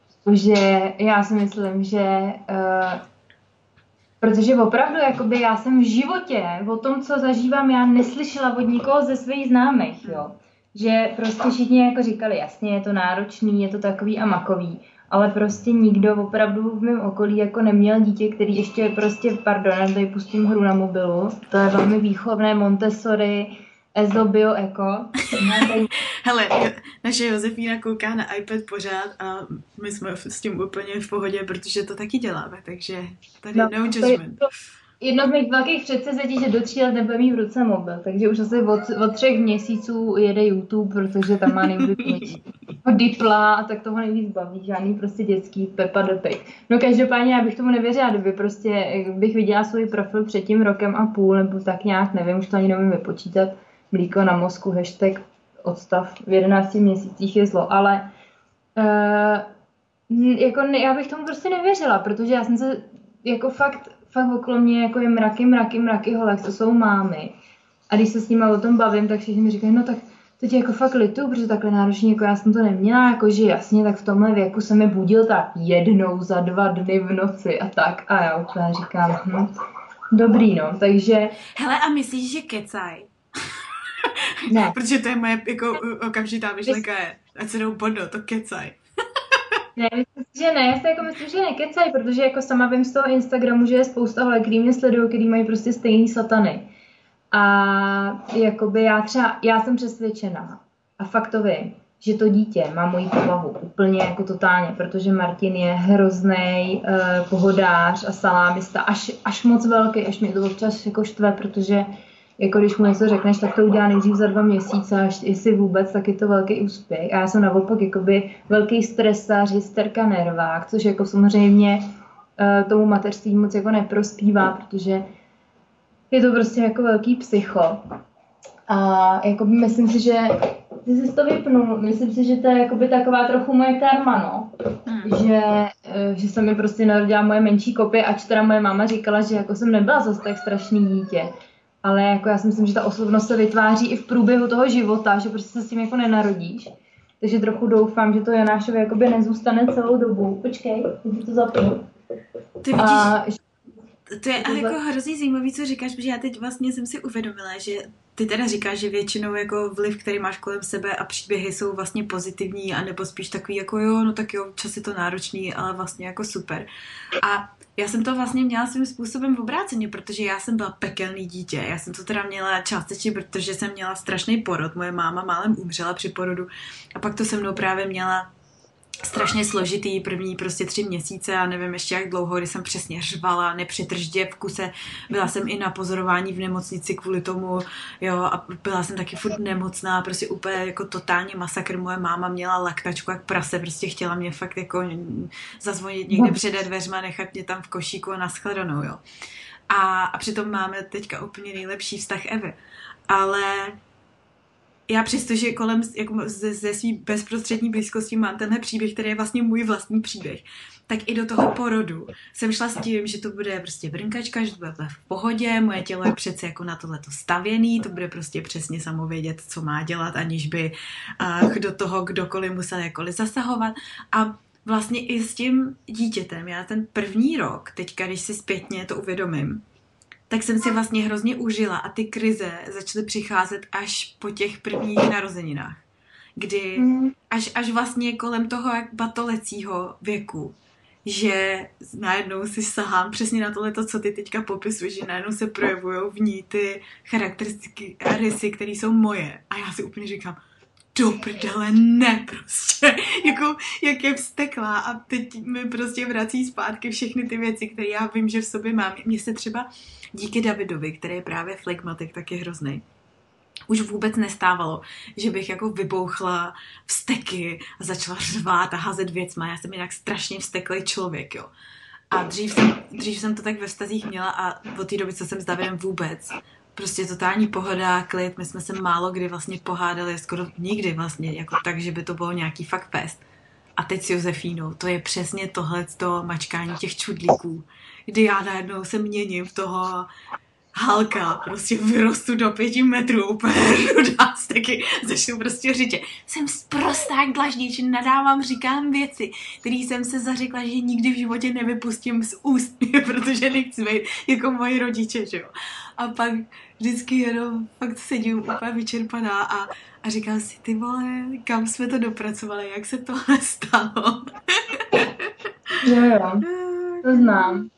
Že já si myslím, že uh, protože opravdu jakoby já jsem v životě o tom, co zažívám, já neslyšela od nikoho ze svých známých, jo. Že prostě všichni jako říkali, jasně, je to náročný, je to takový a makový, ale prostě nikdo opravdu v mém okolí jako neměl dítě, který ještě prostě, pardon, já tady pustím hru na mobilu, to je velmi výchovné, Montessori, Ezo, Bio, Eko.
Hele, naše Josefína kouká na iPad pořád a my jsme s tím úplně v pohodě, protože to taky děláme, takže tady no, no judgment.
Jedno z mých velkých předsevzetí, že do tří let nebude mít v ruce mobil, takže už asi od, od třech měsíců jede YouTube, protože tam má nejvíc dipla a tak toho nejvíc baví, žádný prostě dětský Peppa the Pig. No každopádně já bych tomu nevěřila, kdyby prostě bych viděla svůj profil před tím rokem a půl, nebo tak nějak, nevím, už to ani nevím vypočítat, mlíko na mozku, hashtag odstav v jedenácti měsících je zlo, ale uh, jako ne, já bych tomu prostě nevěřila, protože já jsem se jako fakt, fakt okolo mě jako je mraky, mraky, mraky holek, to jsou mámy. A když se s nimi o tom bavím, tak všichni mi říkají, no tak to tě jako fakt lituju, protože takhle náročně jako já jsem to neměla, jakože jasně, tak v tomhle věku se mi budil tak jednou za dva dny v noci a tak. A já úplně říkám, hm, dobrý no, takže...
Hele, a myslíš, že kecaj?
Ne.
Protože to je moje jako okamžitá myšlenka je, ať se jdou bodno, to kecaj.
Ne, myslím si, že ne, já si jako myslím, že nekecaj, protože jako sama vím z toho Instagramu, že je spousta holek, který mě sledují, který mají prostě stejný satany. A jakoby já třeba, já jsem přesvědčená, a fakt to vím, že to dítě má moji povahu úplně jako totálně, protože Martin je hroznej eh, pohodář a salámista, až, až moc velký, až mě to občas jako štve, protože jako když mu něco řekneš, tak to udělá nejdřív za dva měsíce, až jestli vůbec, tak je to velký úspěch. A já jsem naopak jakoby velký stresář, hysterka, nervák, což jako samozřejmě uh, tomu mateřství moc jako neprospívá, protože je to prostě jako velký psycho. A jakoby myslím si, že ty jsi to vypnul, myslím si, že to je jakoby taková trochu moje karma, no. Hmm. Že, že se mi prostě narodila moje menší kopie, ač teda moje máma říkala, že jako jsem nebyla zase tak strašný dítě. Ale jako já si myslím, že ta osobnost se vytváří i v průběhu toho života, že prostě se s tím jako nenarodíš. Takže trochu doufám, že to Janášovi jakoby nezůstane celou dobu. Počkej, teď to zapnu.
Ty vidíš, a, to je ale jako hrozně zajímavý, co říkáš, protože já teď vlastně jsem si uvědomila, že ty teda říkáš, že většinou jako vliv, který máš kolem sebe a příběhy jsou vlastně pozitivní a nebo spíš takový jako jo, no tak jo, čas je to náročný, ale vlastně jako super. A já jsem to vlastně měla svým způsobem v obráceně, protože já jsem byla pekelný dítě. Já jsem to teda měla částečně, protože jsem měla strašný porod. Moje máma málem umřela při porodu a pak to se mnou právě měla strašně složitý první prostě tři měsíce a nevím ještě jak dlouho, kdy jsem přesně řvala, nepřetrždě v kuse. Byla jsem i na pozorování v nemocnici kvůli tomu, jo, a byla jsem taky furt nemocná, prostě úplně jako totálně masakr. Moje máma měla laktačku jak prase, prostě chtěla mě fakt jako zazvonit někde přede dveřma, nechat mě tam v košíku a nashledanou, jo. A, a přitom máme teďka úplně nejlepší vztah ever. Ale já přestože kolem jako ze, ze svý bezprostřední blízkosti mám tenhle příběh, který je vlastně můj vlastní příběh, tak i do toho porodu jsem šla s tím, že to bude prostě brnkačka, že to bude v pohodě, moje tělo je přece jako na tohleto stavěný, to bude prostě přesně samo vědět, co má dělat, aniž by uh, do toho kdokoliv musel jakkoliv zasahovat. A vlastně i s tím dítětem, já ten první rok, teďka když si zpětně to uvědomím, tak jsem si vlastně hrozně užila a ty krize začaly přicházet až po těch prvních narozeninách, kdy mm. až, až vlastně kolem toho jak batolecího věku, že najednou si sahám přesně na tohleto, co ty teďka popisuješ, že najednou se projevujou v ní ty charakteristiky a rysy, které jsou moje. A já si úplně říkám, do prdele, ne prostě, jako jak je vzteklá a teď mi prostě vrací zpátky všechny ty věci, které já vím, že v sobě mám. Mně se třeba díky Davidovi, který je právě flegmatik, tak je hrozný. Už vůbec nestávalo, že bych jako vybouchla vzteky a začala řvát a házet věcma. Já jsem jinak strašně vzteklý člověk, jo. A dřív jsem, dřív jsem to tak ve vztazích měla a od té doby, co jsem s Davidem vůbec, prostě totální pohoda, klid, my jsme se málo kdy vlastně pohádali, skoro nikdy vlastně, jako tak, že by to bylo nějaký fakt fest. A teď s Josefínou, to je přesně tohleto mačkání těch čudlíků, kdy já najednou se měním v toho Halka, prostě vyrostu do pěti metrů, úplně rudá taky začnu prostě řitě. Jsem sprostá jak dlaždič, nadávám, říkám věci, které jsem se zařekla, že nikdy v životě nevypustím z úst, protože nechci být jako moji rodiče, že jo. A pak vždycky jenom fakt sedím úplně vyčerpaná a, a říkám si, ty vole, kam jsme to dopracovali, jak se tohle stalo.
Jo, jo, to znám.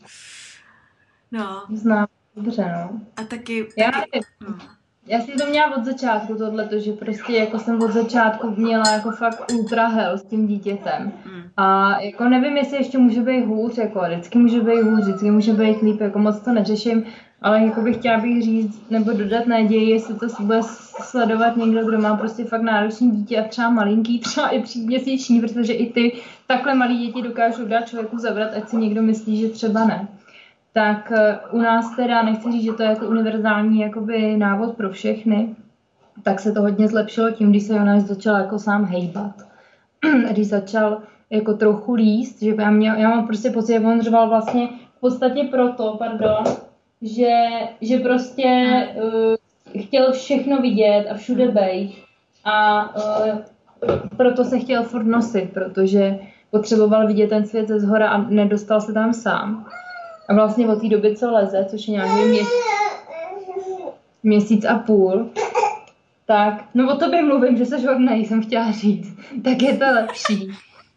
No.
Znám. Dobře, no.
A taky...
Já,
taky
no. já si to měla od začátku tohleto, že prostě jako jsem od začátku měla jako fakt ultra hell s tím dítětem. Mm. A jako nevím, jestli ještě může být hůř, jako vždycky může být hůř, vždycky může být líp, jako moc to neřeším, ale jako bych chtěla bych říct, nebo dodat naději, jestli to bude sledovat někdo, kdo má prostě fakt náročný dítě a třeba malinký, třeba i tříměsíční, protože i ty takhle malí děti dokážou dát člověku zabrat, ať si někdo myslí, že třeba ne. Tak u nás teda, nechci říct, že to je jako univerzální jakoby návod pro všechny, tak se to hodně zlepšilo tím, když se Jonáš začal jako sám hejbat. Když začal jako trochu líst, že já, měl, já mám prostě pocit, že on řval vlastně v podstatě proto, pardon, že, že prostě uh, chtěl všechno vidět a všude bejt a uh, proto se chtěl furt nosit, protože potřeboval vidět ten svět ze zhora a nedostal se tam sám. A vlastně od té doby, co leze, což je nějaký měsíc, měsíc a půl, tak, no o tobě mluvím, že seš hodnej, jsem chtěla říct, tak je to lepší.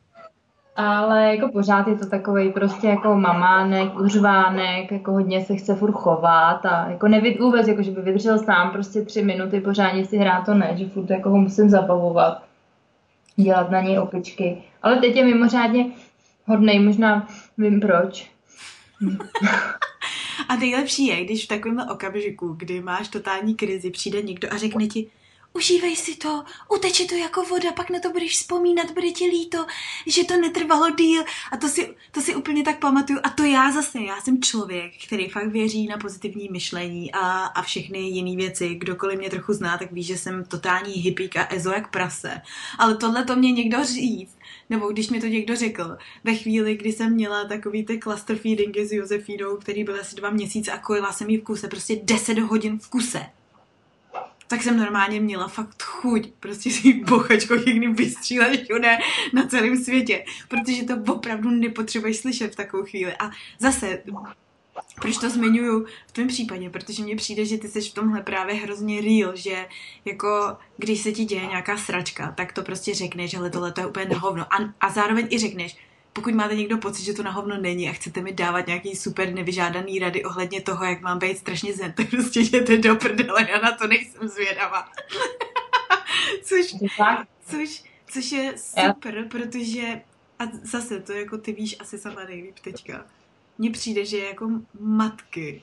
Ale jako pořád je to takovej prostě jako mamánek, uřvánek, jako hodně se chce furt chovat a jako nevid vůbec, jako že by vydržel sám prostě tři minuty pořádně si hrát, to ne, že furt jako ho musím zabavovat. dělat na něj opičky. Ale teď je mimořádně hodnej, možná vím proč.
A nejlepší je, když v takovémhle okamžiku, kdy máš totální krizi, přijde někdo a řekne ti, užívej si to, uteče to jako voda, pak na to budeš vzpomínat, bude ti líto, že to netrvalo díl a to si, to si úplně tak pamatuju. A to já zase, já jsem člověk, který fakt věří na pozitivní myšlení a, a všechny jiné věci. Kdokoliv mě trochu zná, tak ví, že jsem totální hippík a ezo jak prase. Ale tohle to mě někdo říct, nebo když mi to někdo řekl, ve chvíli, kdy jsem měla takový ty cluster feedingy s Josefínou, který byl asi dva měsíce a kojila jsem jí v kuse, prostě deset hodin v kuse. Tak jsem normálně měla fakt chuť prostě si bochačkou někdy vystřílet všude na celém světě, protože to opravdu nepotřebuješ slyšet v takovou chvíli. A zase, proč to zmiňuju v tvém případě, protože mně přijde, že ty jsi v tomhle právě hrozně real, že jako když se ti děje nějaká sračka, tak to prostě řekneš, ale tohle to je úplně na hovno. A, a zároveň i řekneš, pokud máte někdo pocit, že to na hovno není a chcete mi dávat nějaký super nevyžádaný rady ohledně toho, jak mám být strašně zen, tak prostě jděte do prdele, já na to nejsem zvědavá. což, což, což je super, protože a zase to jako ty víš asi sama nejlíp teďka. Mně přijde, že jako matky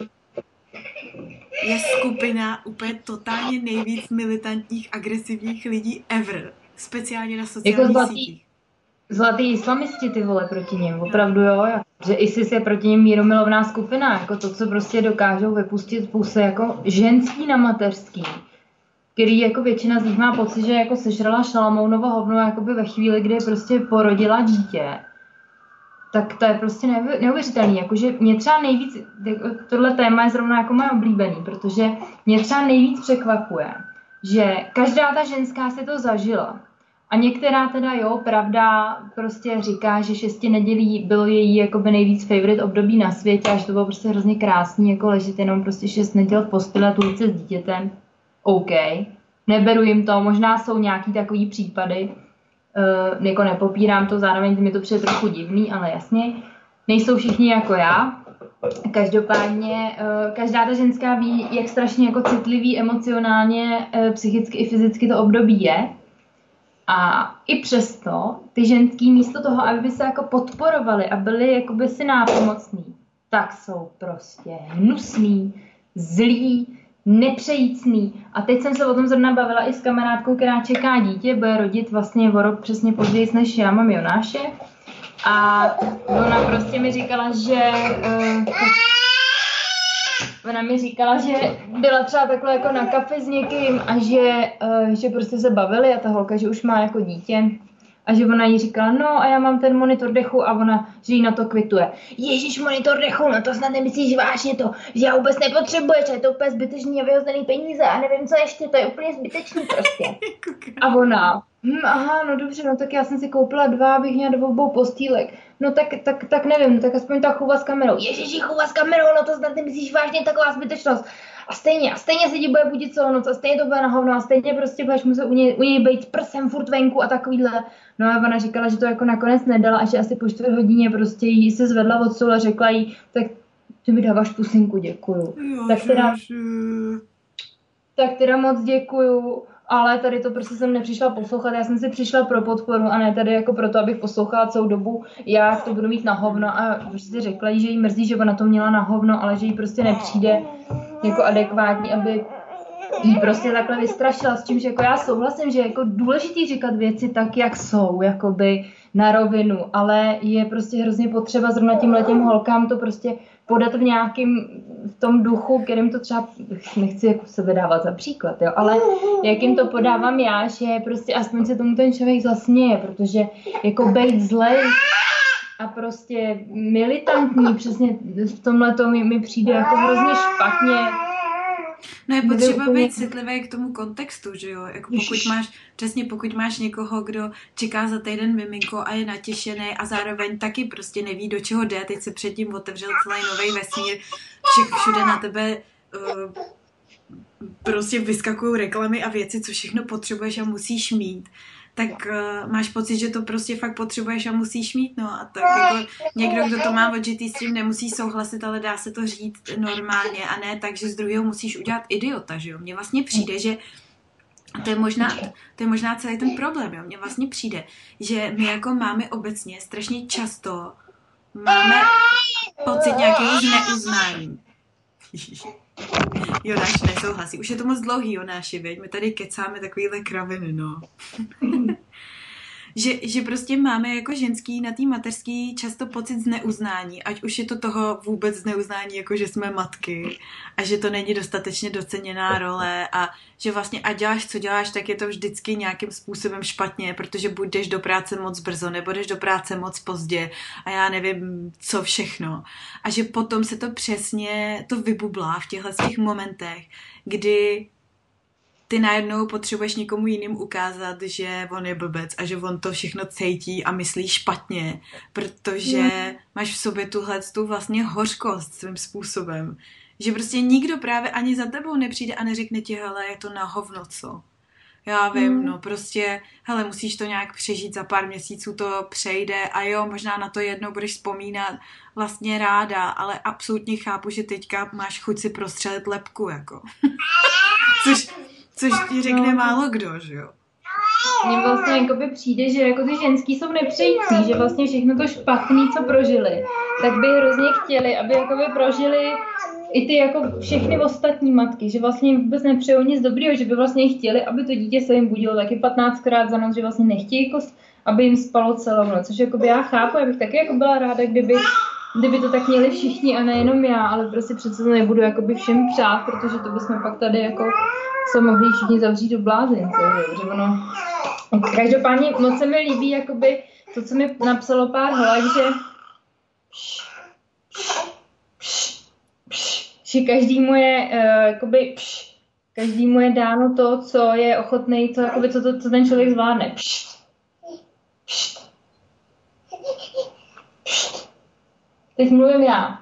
je skupina úplně totálně nejvíc militantních, agresivních lidí ever. Speciálně na sociálních jako sítích.
Zlatý islamisti, ty vole, proti něm, opravdu jo, že ISIS je proti něm míromilovná skupina, jako to, co prostě dokážou vypustit puse jako ženský na mateřský, který jako většina z nich má pocit, že jako sežrala Šalamounovo hovno jakoby ve chvíli, kdy prostě porodila dítě, tak to je prostě neuvěřitelný, jakože mě třeba nejvíc, tohle téma je zrovna jako moje oblíbený, protože mě třeba nejvíc překvapuje, že každá ta ženská si to zažila. A některá teda jo, pravda, prostě říká, že šesti nedělí bylo její jakoby nejvíc favorite období na světě a že to bylo prostě hrozně krásný, jako ležet jenom prostě šest neděl v posteli a tulit se s dítětem. OK, neberu jim to, možná jsou nějaký takový případy, uh, jako nepopírám to, zároveň mi to přijde trochu divný, ale jasně, nejsou všichni jako já. Každopádně uh, každá ta ženská ví, jak strašně jako citlivý emocionálně, uh, psychicky i fyzicky to období je. A i přesto ty ženský místo toho, aby se jako podporovali a byli jakoby si nápomocní, tak jsou prostě hnusný, zlý, nepřejícný. A teď jsem se o tom zrovna bavila i s kamarádkou, která čeká dítě, bude rodit vlastně o rok přesně později, než já mám Jonáše. A ona prostě mi říkala, že... Uh, Ona mi říkala, že byla třeba takhle jako na kafe s někým a že, uh, že prostě se bavili a ta holka, že už má jako dítě a že ona jí říkala, no a já mám ten monitor dechu a ona, že jí na to kvituje. Ježíš, monitor dechu, no to snad nemyslíš vážně to, že já vůbec nepotřebuješ, je to úplně zbytečný a vyhozený peníze a nevím co ještě, to je úplně zbytečný prostě. A ona, hm, aha, no dobře, no tak já jsem si koupila dva, abych měla do obou postýlek. No tak, tak, tak nevím, tak aspoň ta chůva s kamerou. Ježiši, chůva s kamerou, no to snad nemyslíš vážně, taková zbytečnost. A stejně, a stejně se ti bude budit celou noc, a stejně to bude na hovno, a stejně prostě budeš muset u něj, u něj být s prsem furt venku a takovýhle. No a ona říkala, že to jako nakonec nedala a že asi po čtvrt hodině prostě jí se zvedla od stolu a řekla jí, tak ty mi dáváš pusinku, děkuju.
Jo,
tak, teda, tak teda moc děkuju. Ale tady to prostě jsem nepřišla poslouchat, já jsem si přišla pro podporu a ne tady jako proto, abych poslouchala celou dobu, jak to budu mít na hovno a prostě řekla jí, že jí mrzí, že ona to měla na hovno, ale že jí prostě nepřijde jako adekvátní, aby jí prostě takhle vystrašila, s čímž jako já souhlasím, že je jako důležitý říkat věci tak, jak jsou, jakoby na rovinu, ale je prostě hrozně potřeba zrovna tímhletěm holkám to prostě podat v nějakém v tom duchu, kterým to třeba, nechci jako se vydávat za příklad, jo, ale jakým to podávám já, že prostě aspoň se tomu ten člověk zasměje, protože jako být zlej a prostě militantní, přesně v tomhle mi, mi přijde jako hrozně špatně.
No je potřeba být citlivý k tomu kontextu, že jo? Jako pokud máš, přesně pokud máš někoho, kdo čeká za týden miminko a je natěšený a zároveň taky prostě neví, do čeho jde, teď se předtím otevřel celý nový vesmír, všech, všude na tebe uh, prostě vyskakují reklamy a věci, co všechno potřebuješ a musíš mít, tak uh, máš pocit, že to prostě fakt potřebuješ a musíš mít, no a tak jako někdo, kdo to má odžitý s tím, nemusí souhlasit, ale dá se to říct normálně a ne tak, že z druhého musíš udělat idiota, že jo. Mně vlastně přijde, že To je možná, to je možná celý ten problém, jo. Mně vlastně přijde, že my jako máme obecně strašně často máme pocit nějakého zneuznání. Jonáš nesouhlasí. Už je to moc dlouhý, Jonáši, veď? My tady kecáme takovýhle kraviny, no. Že, že prostě máme jako ženský na té mateřský často pocit zneuznání, ať už je to toho vůbec zneuznání, jako že jsme matky a že to není dostatečně doceněná role a že vlastně a děláš, co děláš, tak je to vždycky nějakým způsobem špatně, protože buď jdeš do práce moc brzo, nebo jdeš do práce moc pozdě a já nevím, co všechno. A že potom se to přesně, to vybublá v těchto těch momentech, kdy ty najednou potřebuješ někomu jiným ukázat, že on je blbec a že on to všechno cítí a myslí špatně, protože mm. máš v sobě tuhle tu vlastně hořkost svým způsobem. Že prostě nikdo právě ani za tebou nepřijde a neřekne ti, hele, je to na hovno, co? Já vím, mm. no prostě, hele, musíš to nějak přežít, za pár měsíců to přejde a jo, možná na to jednou budeš vzpomínat vlastně ráda, ale absolutně chápu, že teďka máš chuť si prostřelit lebku, jako. Což... Což ti řekne no. málo kdo, že jo?
Mně vlastně jakoby přijde, že jako ty ženský jsou nepřející, že vlastně všechno to špatný, co prožili, tak by hrozně chtěli, aby jakoby prožili i ty jako všechny ostatní matky, že vlastně jim vůbec nepřejou nic dobrýho, že by vlastně chtěli, aby to dítě se jim budilo taky patnáctkrát za noc, že vlastně nechtějí, jako, aby jim spalo celou noc, což jakoby já chápu, já bych taky jako byla ráda, kdyby kdyby to tak měli všichni a nejenom já, ale prostě přece to nebudu jakoby všem přát, protože to bychom pak tady jako se mohli všichni zavřít do blázince, že ono... Každopádně moc se mi líbí jakoby to, co mi napsalo pár holek, že že každý mu je uh, jakoby každý mu je dáno to, co je ochotný, co, jakoby, co, to, co ten člověk zvládne. Teď mluvím já.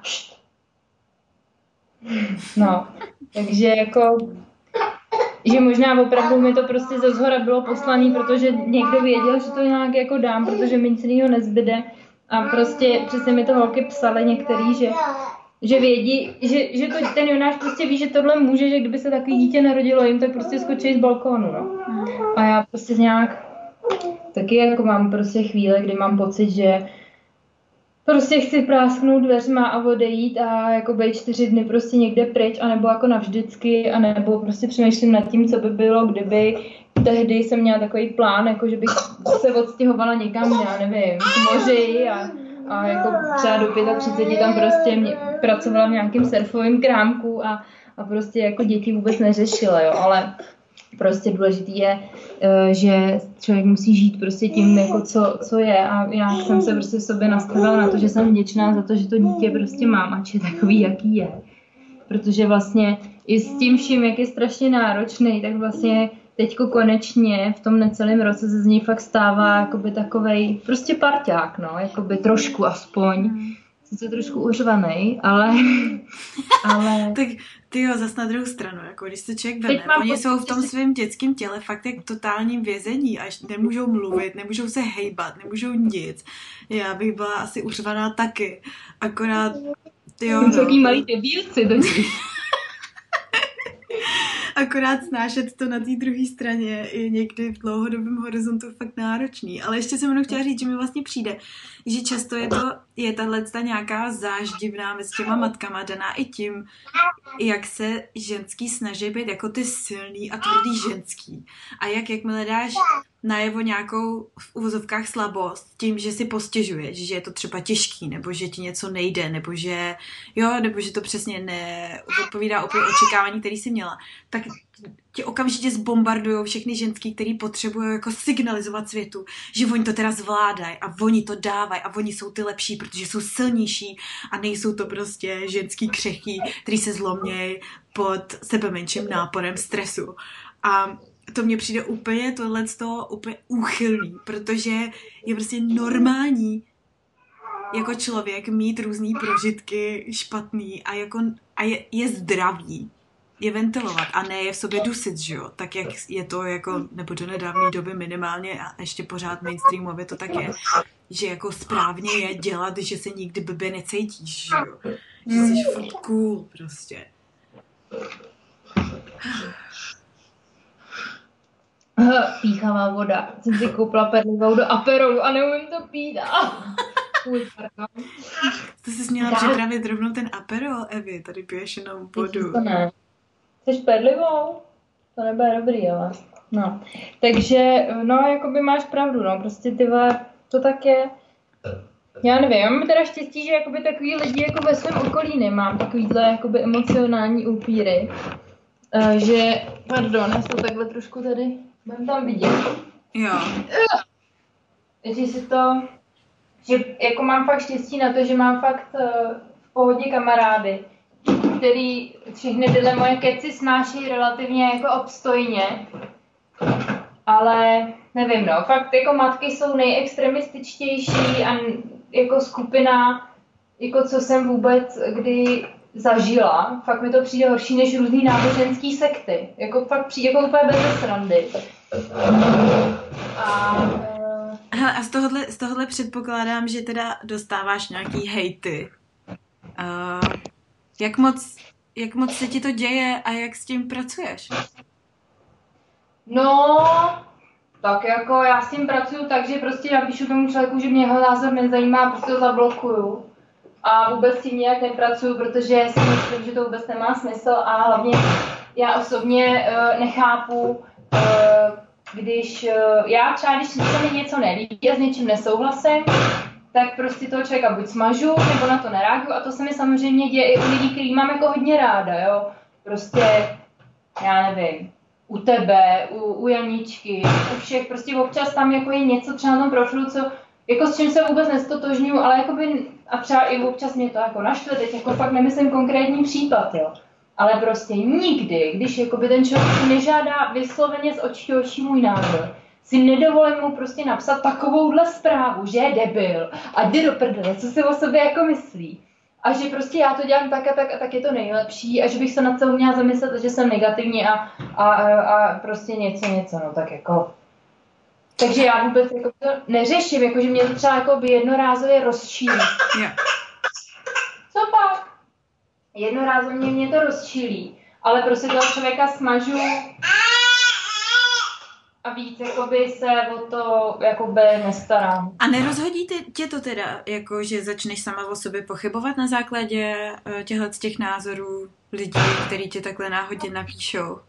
No, takže jako, že možná opravdu mi to prostě ze zhora bylo poslaný, protože někdo věděl, že to nějak jako dám, protože mi nic jiného nezbyde. A prostě přesně mi to holky psaly některý, že, že vědí, že, že to, ten Jonáš prostě ví, že tohle může, že kdyby se takový dítě narodilo jim, tak prostě skočí z balkónu, no. A já prostě nějak taky jako mám prostě chvíle, kdy mám pocit, že prostě chci prásknout dveřma a odejít a jako být čtyři dny prostě někde pryč, anebo jako navždycky, anebo prostě přemýšlím nad tím, co by bylo, kdyby tehdy jsem měla takový plán, jako že bych se odstěhovala někam, já nevím, k moři a, a jako třeba do třicet pěti tam prostě mě, pracovala v nějakém surfovém krámku a, a prostě jako děti vůbec neřešila, jo, ale prostě důležitý je, že člověk musí žít prostě tím, jako co, co je a já jsem se prostě v sobě nastavila na to, že jsem vděčná za to, že to dítě prostě mám, ač je takový, jaký je. Protože vlastně i s tím vším, jak je strašně náročný, tak vlastně teďko konečně v tom necelém roce se z něj fakt stává jakoby takovej prostě parťák, no, jakoby trošku aspoň. Sice trošku uřvanej, ale... ale...
tak ty jo, zas na druhou stranu, jako když se člověk veme, oni jsou v tom svém dětském těle fakt jak totálním vězení, až nemůžou mluvit, nemůžou se hejbat, nemůžou nic. Já bych byla asi uřvaná taky, akorát, jo, no.
Takový malý debílci totiž.
Akorát snášet to na té druhé straně je někdy v dlouhodobém horizontu fakt náročný. Ale ještě jsem jenom chtěla říct, že mi vlastně přijde, že často je to, je tato nějaká záždivná mezi těma matkama daná i tím, jak se ženský snaží být jako ty silný a tvrdý ženský. A jak jakmile dáš najevo nějakou v uvozovkách slabost tím, že si postěžuješ, že je to třeba těžký, nebo že ti něco nejde, nebo že jo, nebo že to přesně neodpovídá úplně očekávání, který jsi měla, tak ti okamžitě zbombardujou všechny ženský, který potřebují jako signalizovat světu, že oni to teda zvládají a oni to dávají a oni jsou ty lepší, protože jsou silnější a nejsou to prostě ženský křehký, který se zlomějí pod sebemenším náporem stresu. A to mně přijde úplně tohle z toho úplně úchylný, protože je prostě normální jako člověk mít různý prožitky špatný a, jako, a je, je zdravý je ventilovat a ne je v sobě dusit, že jo? Tak jak je to jako, nebo do nedávné doby minimálně a ještě pořád mainstreamově to tak je, že jako správně je dělat, že se nikdy blbě necítíš, že jo? Že jsi furt cool prostě.
Píchavá voda. Jsem si koupila perlivou do Aperolu a neumím to pít. Uj, pardon.
To jsi měla tak připravit rovnou ten Aperol, Evi, tady piješ jenom vodu.
To ne. Chceš perlivou? To nebude dobrý, ale. No. Takže, no, jakoby máš pravdu, no. Prostě ty vole, to tak je. Já nevím, já mám teda štěstí, že jakoby takový lidi jako ve svém okolí nemám, takovýhle jakoby emocionální upíry. Uh, že, pardon, já to takhle trošku tady, budem tam vidět.
Jo.
Že si to, že jako mám fakt štěstí na to, že mám fakt uh, v pohodě kamarády, který všechny tyhle moje keci snáší relativně jako obstojně. Ale nevím, no, fakt jako matky jsou nejextremističtější a jako skupina, jako co jsem vůbec kdy zažila. Fakt mi to přijde horší než různý náboženský sekty. Jako fakt přijde jako úplně bez srandy. A, uh...
Hele, a z tohohle, z tohohle předpokládám, že teda dostáváš nějaký hejty. Uh, jak moc, jak moc se ti to děje a jak s tím pracuješ?
No, tak jako já s tím pracuju tak, že prostě napíšu tomu člověku, že mě jeho názor nezajímá, prostě to zablokuju. A vůbec s tím nějak nepracuju, protože si myslím, že to vůbec nemá smysl a hlavně já osobně uh, nechápu, uh, když uh, já třeba, když se mi něco nelíbí a s něčím nesouhlasím, tak prostě toho člověka buď smažu, nebo na to nereaguju a to se mi samozřejmě děje i u lidí, který mám jako hodně ráda, jo. Prostě, já nevím, u tebe, u, u Janičky, u všech, prostě občas tam jako je něco třeba na tom profilu, co, jako s čím se vůbec nestotožňuju, ale jakoby, a třeba i občas mě to jako naštve, teď jako fakt nemyslím konkrétní případ, jo. Ale prostě nikdy, když jakoby ten člověk si nežádá vysloveně z očí do očí můj názor, si nedovolím mu prostě napsat takovouhle zprávu, že je debil a jde do prdele, co si o sobě jako myslí. A že prostě já to dělám tak a tak a tak je to nejlepší a že bych se nad sebou měla zamyslet, že jsem negativní a, a, a prostě něco, něco, no tak jako. Takže já vůbec jako to neřeším, jako že mě to třeba jako by jednorázově rozčílí.
Yeah.
Co pak? Jednorázově mě to rozčílí, ale prostě toho člověka smažu a víc jakoby se o to jakoby nestarám.
A nerozhodí tě to teda, jako že začneš sama o sobě pochybovat na základě uh, těchto z těch názorů lidí, kteří tě takhle náhodně napíšou?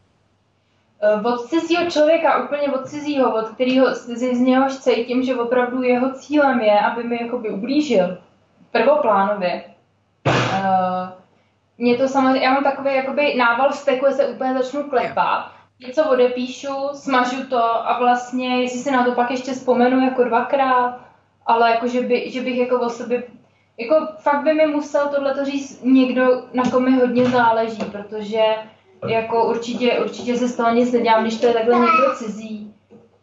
Od cizího člověka, úplně od cizího, od kterého z něhož cítím, že opravdu jeho cílem je, aby mi jakoby ublížil prvoplánově. Uh, mě to samozřejmě, já mám takový jakoby nával vzteku, že se úplně začnu klepat. Něco odepíšu, smažu to a vlastně, jestli si na to pak ještě vzpomenu jako dvakrát, ale jako, že, by, že bych jako o sobě, jako fakt by mi musel tohleto říct někdo, na kom mi hodně záleží, protože jako určitě, určitě se z toho nic nedělám, když to je takhle někdo cizí.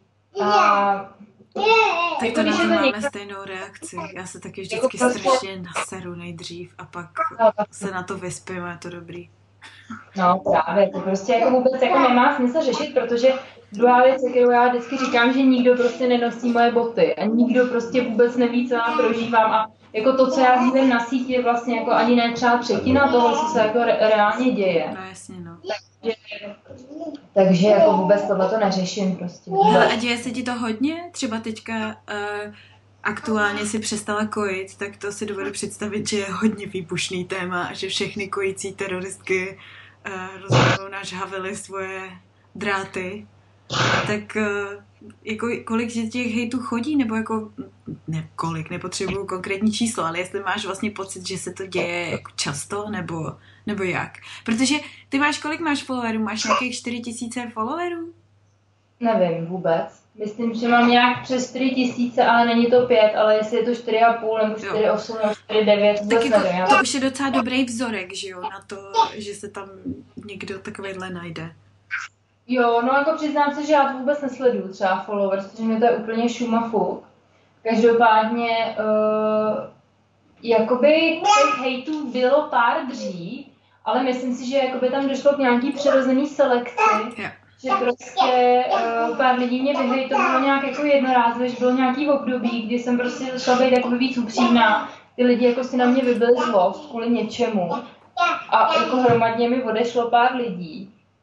A
tak to na to máme někdo... stejnou reakci. Já se taky vždycky jako strašně naseru nejdřív a pak se na to vyspím a je to dobrý.
No právě, to prostě jako vůbec jako nemá smysl řešit, protože druhá věc, kterou já vždycky říkám, že nikdo prostě nenosí moje boty a nikdo prostě vůbec neví, co já prožívám a jako to, co já sdílím na síti, je vlastně jako ani ne třeba třetina toho, co se jako re- reálně děje.
No jasně, no.
Takže, takže jako vůbec tohle to neřeším prostě.
Hele, a děje se ti to hodně? Třeba teďka uh, aktuálně si přestala kojit, tak to si dovedu představit, že je hodně výbušný téma a že všechny kojící teroristky uh, rozhodnou nažhavily svoje dráty. Tak uh, jako kolik těch hejtů chodí, nebo jako, ne kolik, nepotřebuju konkrétní číslo, ale jestli máš vlastně pocit, že se to děje jako často, nebo, nebo jak? Protože ty máš, kolik máš followerů? Máš nějakých čtyři tisíce followerů?
Nevím vůbec. Myslím, že mám nějak přes čtyři tisíce, ale není to pět, ale jestli je to čtyři a půl nebo čtyři osm nebo čtyři devět, vůbec
tak jako,
nevím.
To už je docela dobrý vzorek, že jo, na to, že se tam někdo takovýhle najde.
Jo, no jako přiznám se, že já to vůbec nesleduju třeba followers, protože mi to je úplně šum a fuk. Každopádně, uh, jakoby těch hejtů bylo pár dřív, ale myslím si, že jakoby tam došlo k nějaký přirozený selekci.
Yeah.
Že prostě uh, pár lidí mě vyhejtovalo nějak jako jednorázově, že bylo nějaký období, kdy jsem prostě začala být jakoby víc upřímná. Ty lidi jako si na mě vybili zlost kvůli něčemu. A jako hromadně mi odešlo pár lidí.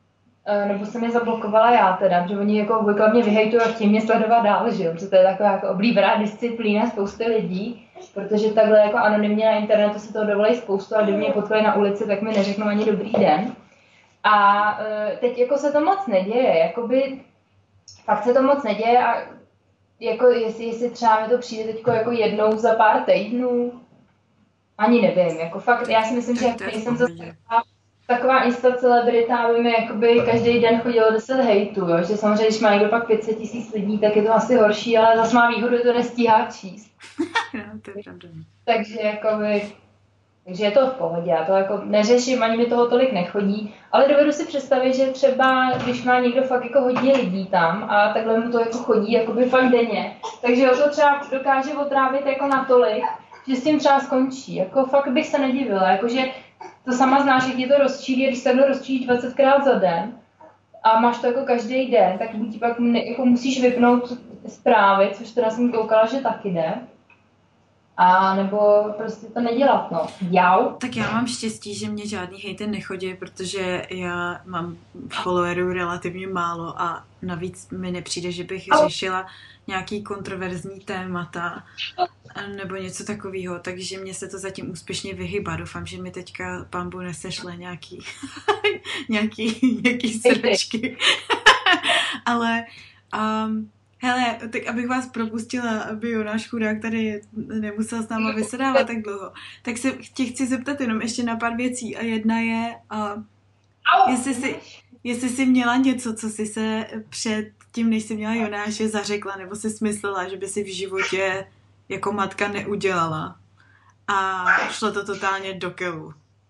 nebo jsem je zablokovala já teda, protože oni jako obvykle mě vyhejtují a chtějí mě sledovat dál, že jo, protože to je taková jako oblíbená disciplína spousty lidí, protože takhle jako anonymně na internetu se toho dovolají spoustu, a kdyby mě potkají na ulici, tak mi neřeknou ani dobrý den. A uh, teď jako se to moc neděje, jakoby fakt se to moc neděje a jako jestli, jestli třeba mi to přijde teď jako jednou za pár týdnů, ani nevím, jako fakt, já si myslím, že jak nejsem zase taková, taková insta celebrita, aby mi jakoby každý den chodilo deset hejtů, jo? Že samozřejmě, když má někdo pak pět set tisíc lidí, tak je to asi horší, ale zase má výhodu, že to nestíhá číst.
No, to je pravda.
Takže jakoby, takže je to v pohodě, já to jako neřeším, ani mi toho tolik nechodí, ale dovedu si představit, že třeba, když má někdo fakt jako hodně lidí tam a takhle mu to jako chodí jakoby fakt denně, takže ho to třeba dokáže otrávit jako natolik, že s tím třeba skončí, jako fakt bych se nedivila, jakože to sama znáš, jak je to rozčílí, když se takhle rozčílíš dvacetkrát za den a máš to jako každý den, tak buď pak jako musíš vypnout zprávy, což teda jsem koukala, že taky jde. A nebo prostě to nedělat, no. Jau.
Tak já mám štěstí, že mě žádný hejty nechodí, protože já mám followerů relativně málo a navíc mi nepřijde, že bych řešila nějaký kontroverzní témata nebo něco takového, takže mě se to zatím úspěšně vyhýbá. Doufám, že mi teďka pambu nesešle nějaký nějaký, nějaký srdečky. Ale um, hele, tak abych vás propustila, aby Jonáš chudák tady nemusel s náma vysedávat tak dlouho, tak se tě chci zeptat jenom ještě na pár věcí a jedna je, uh, jestli, jsi, jestli jsi měla něco, co jsi se před tím, než jsi měla Jonáše, zařekla, nebo jsi smyslela, že by si v životě jako matka neudělala a šlo to totálně do keľu.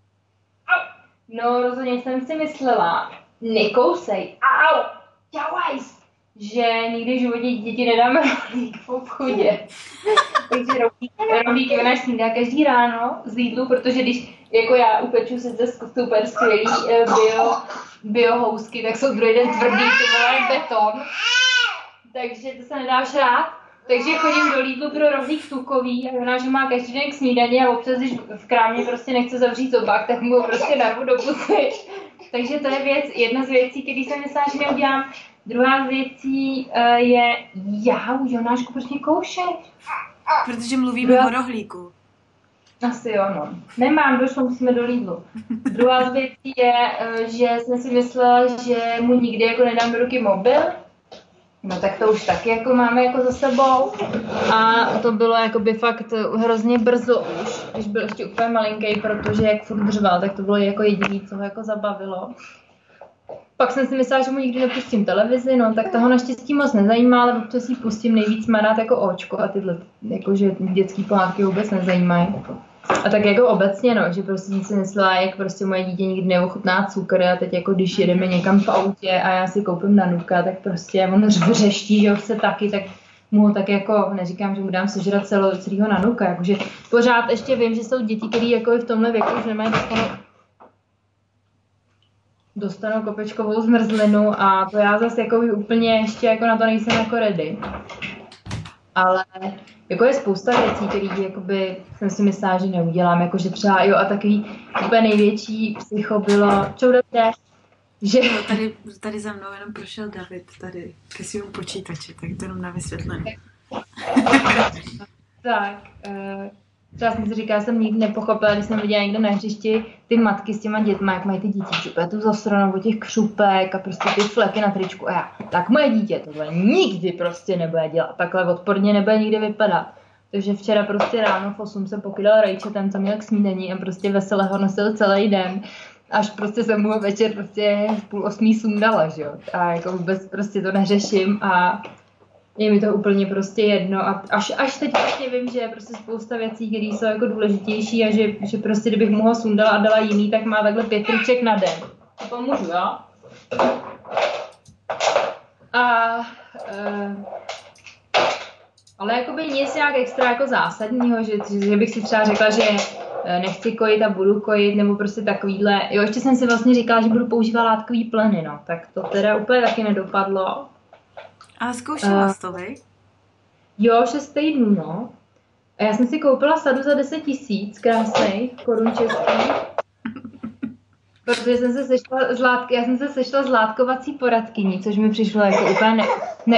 No rozhodně jsem si myslela, nekousej, au, ťauajs, že nikdy v životě děti nedáme rohlík v obchodě. Takže rohlík, rohlík Jonáš snídá každý ráno z Lidlu, protože když jako já upeču sice super skvělý bio, bio housky, tak jsou druhý den tvrdý, to bylo beton. Takže to se nedá žrát. Takže chodím do Lidlu pro rohlík tukový a Jonáš má každý den k snídani a občas, když v krámě prostě nechce zavřít zobák, tak mu ho prostě narvu do pusy. Takže to je věc, jedna z věcí, který jsem myslela, že neudělám. Druhá z věcí uh, je, já, Jonášku, proč mě koušeš?
Protože mluvíme Druhá... o rohlíku.
Asi jo, no. Nemám, došlo, musíme do Lidlu. Druhá z věcí je, uh, že jsem si myslela, že mu nikdy jako nedám do ruky mobil. No tak to už taky jako máme jako za sebou. A to bylo jakoby fakt hrozně brzo už, když byl ještě úplně malinký, protože jak furt dřval, tak to bylo jako jediné, co ho jako zabavilo. Pak jsem si myslela, že mu nikdy nepustím televizi, no tak toho naštěstí moc nezajímá, ale občas si pustím, nejvíc má rád jako Očko a tyhle, jakože dětský pohádky vůbec nezajímají. A tak jako obecně, no, že prostě jsem si myslela, jak prostě moje dítě nikdy neochutná cukr a teď jako když jedeme někam v autě a já si koupím Nanuka, tak prostě on řeští, že ho chce taky, tak mu ho tak jako, neříkám, že mu dám sežrat celo, celýho Nanuka, jakože pořád ještě vím, že jsou děti, které jako v tomhle věku už nemají dostanou, dostanou kopečkovou zmrzlinu a to já zase jako úplně ještě jako na to nejsem jako ready. Ale jako je spousta věcí, které jakoby jsem si myslela, že neudělám, jakože třeba jo a takový úplně největší psycho bylo, čau Davide, že...
No, tady, tady za mnou jenom prošel David, tady ke svým počítači, tak to jenom na vysvětlenou.
Tak, uh, třeba jsem si říkala, jsem nikdy nepochopila, když jsem viděla někde na hřišti ty matky s těma dětma, jak mají ty děti, úplně tu zasranou od těch křupek a prostě ty fleky na tričku a já, tak moje dítě tohle nikdy prostě nebude dělat, takhle odporně nebude nikdy vypadat. Takže včera prostě ráno v osm jsem pokydal rajčetem, co měl k snídaní a prostě veselé ho nosil celý den. Až prostě jsem mu ho večer prostě v půl osmí sundala, že jo. A jako vůbec prostě to neřeším a je mi to úplně prostě jedno a až, až teď vlastně vím, že je prostě spousta věcí, které jsou jako důležitější a že, že prostě kdybych mu ho sundala a dala jiný, tak má takhle pět triček na den. To pomůžu, jo? A, uh, ale jakoby nic nějak extra jako zásadního, že, že bych si třeba řekla, že nechci kojit a budu kojit, nebo prostě takovýhle. Jo, ještě jsem si vlastně říkala, že budu používat látkový pleny, no. Tak to teda úplně taky nedopadlo.
A zkoušela jsi to, vej?
Jo, šest týdnů, no. A já jsem si koupila sadu za deset tisíc, krásnej, korun český. protože jsem se sešla z látky, já jsem se sešla z látkovací poradkyní, což mi přišlo jako úplně ne... ne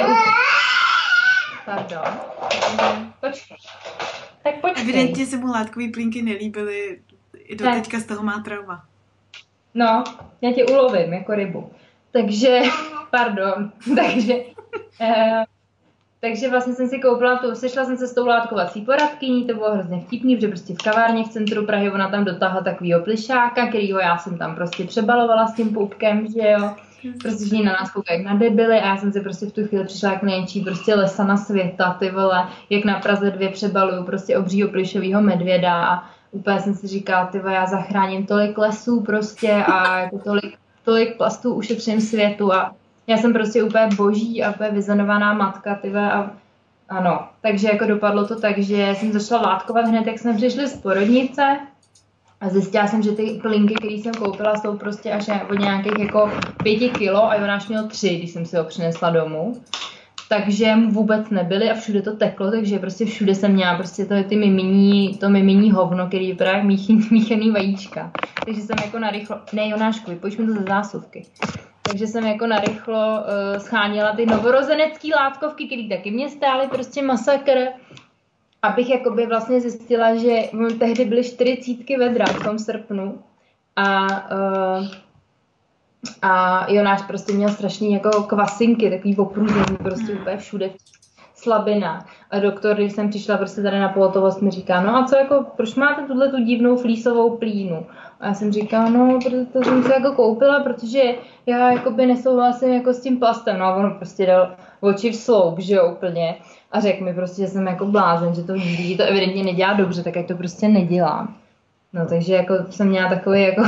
Pardon. Počkej. Tak počkej.
Evidentně se mu látkový plínky nelíbily, i do tak. Teďka z toho má trauma.
No, já tě ulovím jako rybu. Takže, pardon, takže... Eh, Takže vlastně jsem si koupila tu, sešla jsem se s tou látkovací poradkyní, to bylo hrozně vtipný, protože prostě v kavárně v centru Prahy ona tam dotáhla takovýho plišáka, kterýho já jsem tam prostě přebalovala s tím poupkem, že jo. Prostě všichni na nás koukají jak na debily a já jsem si prostě v tu chvíli přišla jak největší prostě lesa na světa, ty vole, jak na Praze dvě přebaluju prostě obřího plišovýho medvěda a úplně jsem si říkala, ty vole, já zachráním tolik lesů prostě a jako tolik, tolik plastů ušetřím světu a já jsem prostě úplně boží a úplně vyzenovaná matka, tyve, a ano. Takže jako dopadlo to tak, že jsem začala látkovat hned, jak jsme přišli z porodnice a zjistila jsem, že ty plínky, které jsem koupila, jsou prostě až od nějakých jako pěti kilo a Jonáš měl tři, když jsem si ho přinesla domů. Takže mu vůbec nebyly a všude to teklo, takže prostě všude jsem měla prostě to, ty miminí, to miminí hovno, který vypadá jak míchaný vajíčka. Takže jsem jako narychlo, ne Jonášku, vypojď mi to ze zásuvky. Takže jsem jako narychlo uh, schánila ty novorozenecký látkovky, které taky mě stály prostě masakr. Abych jakoby vlastně zjistila, že tehdy byly čtyři cítky vedra v tom srpnu. A, uh, a Jonáš prostě měl strašný jako kvasinky, takový oprůzení, prostě úplně všude slabina. A doktor, když jsem přišla prostě tady na pohotovost, mi říká, no a co jako, proč máte tuhle tu divnou flísovou plínu? A já jsem říkala, no, protože jsem si jako koupila, protože já jakoby nesouhlasím jako s tím plastem. No a on prostě dal oči v sloup, že jo, úplně. A řekl mi prostě, že jsem jako blázen, že to vidí, to evidentně nedělá dobře, tak jak to prostě nedělám. No takže jako jsem měla takový jako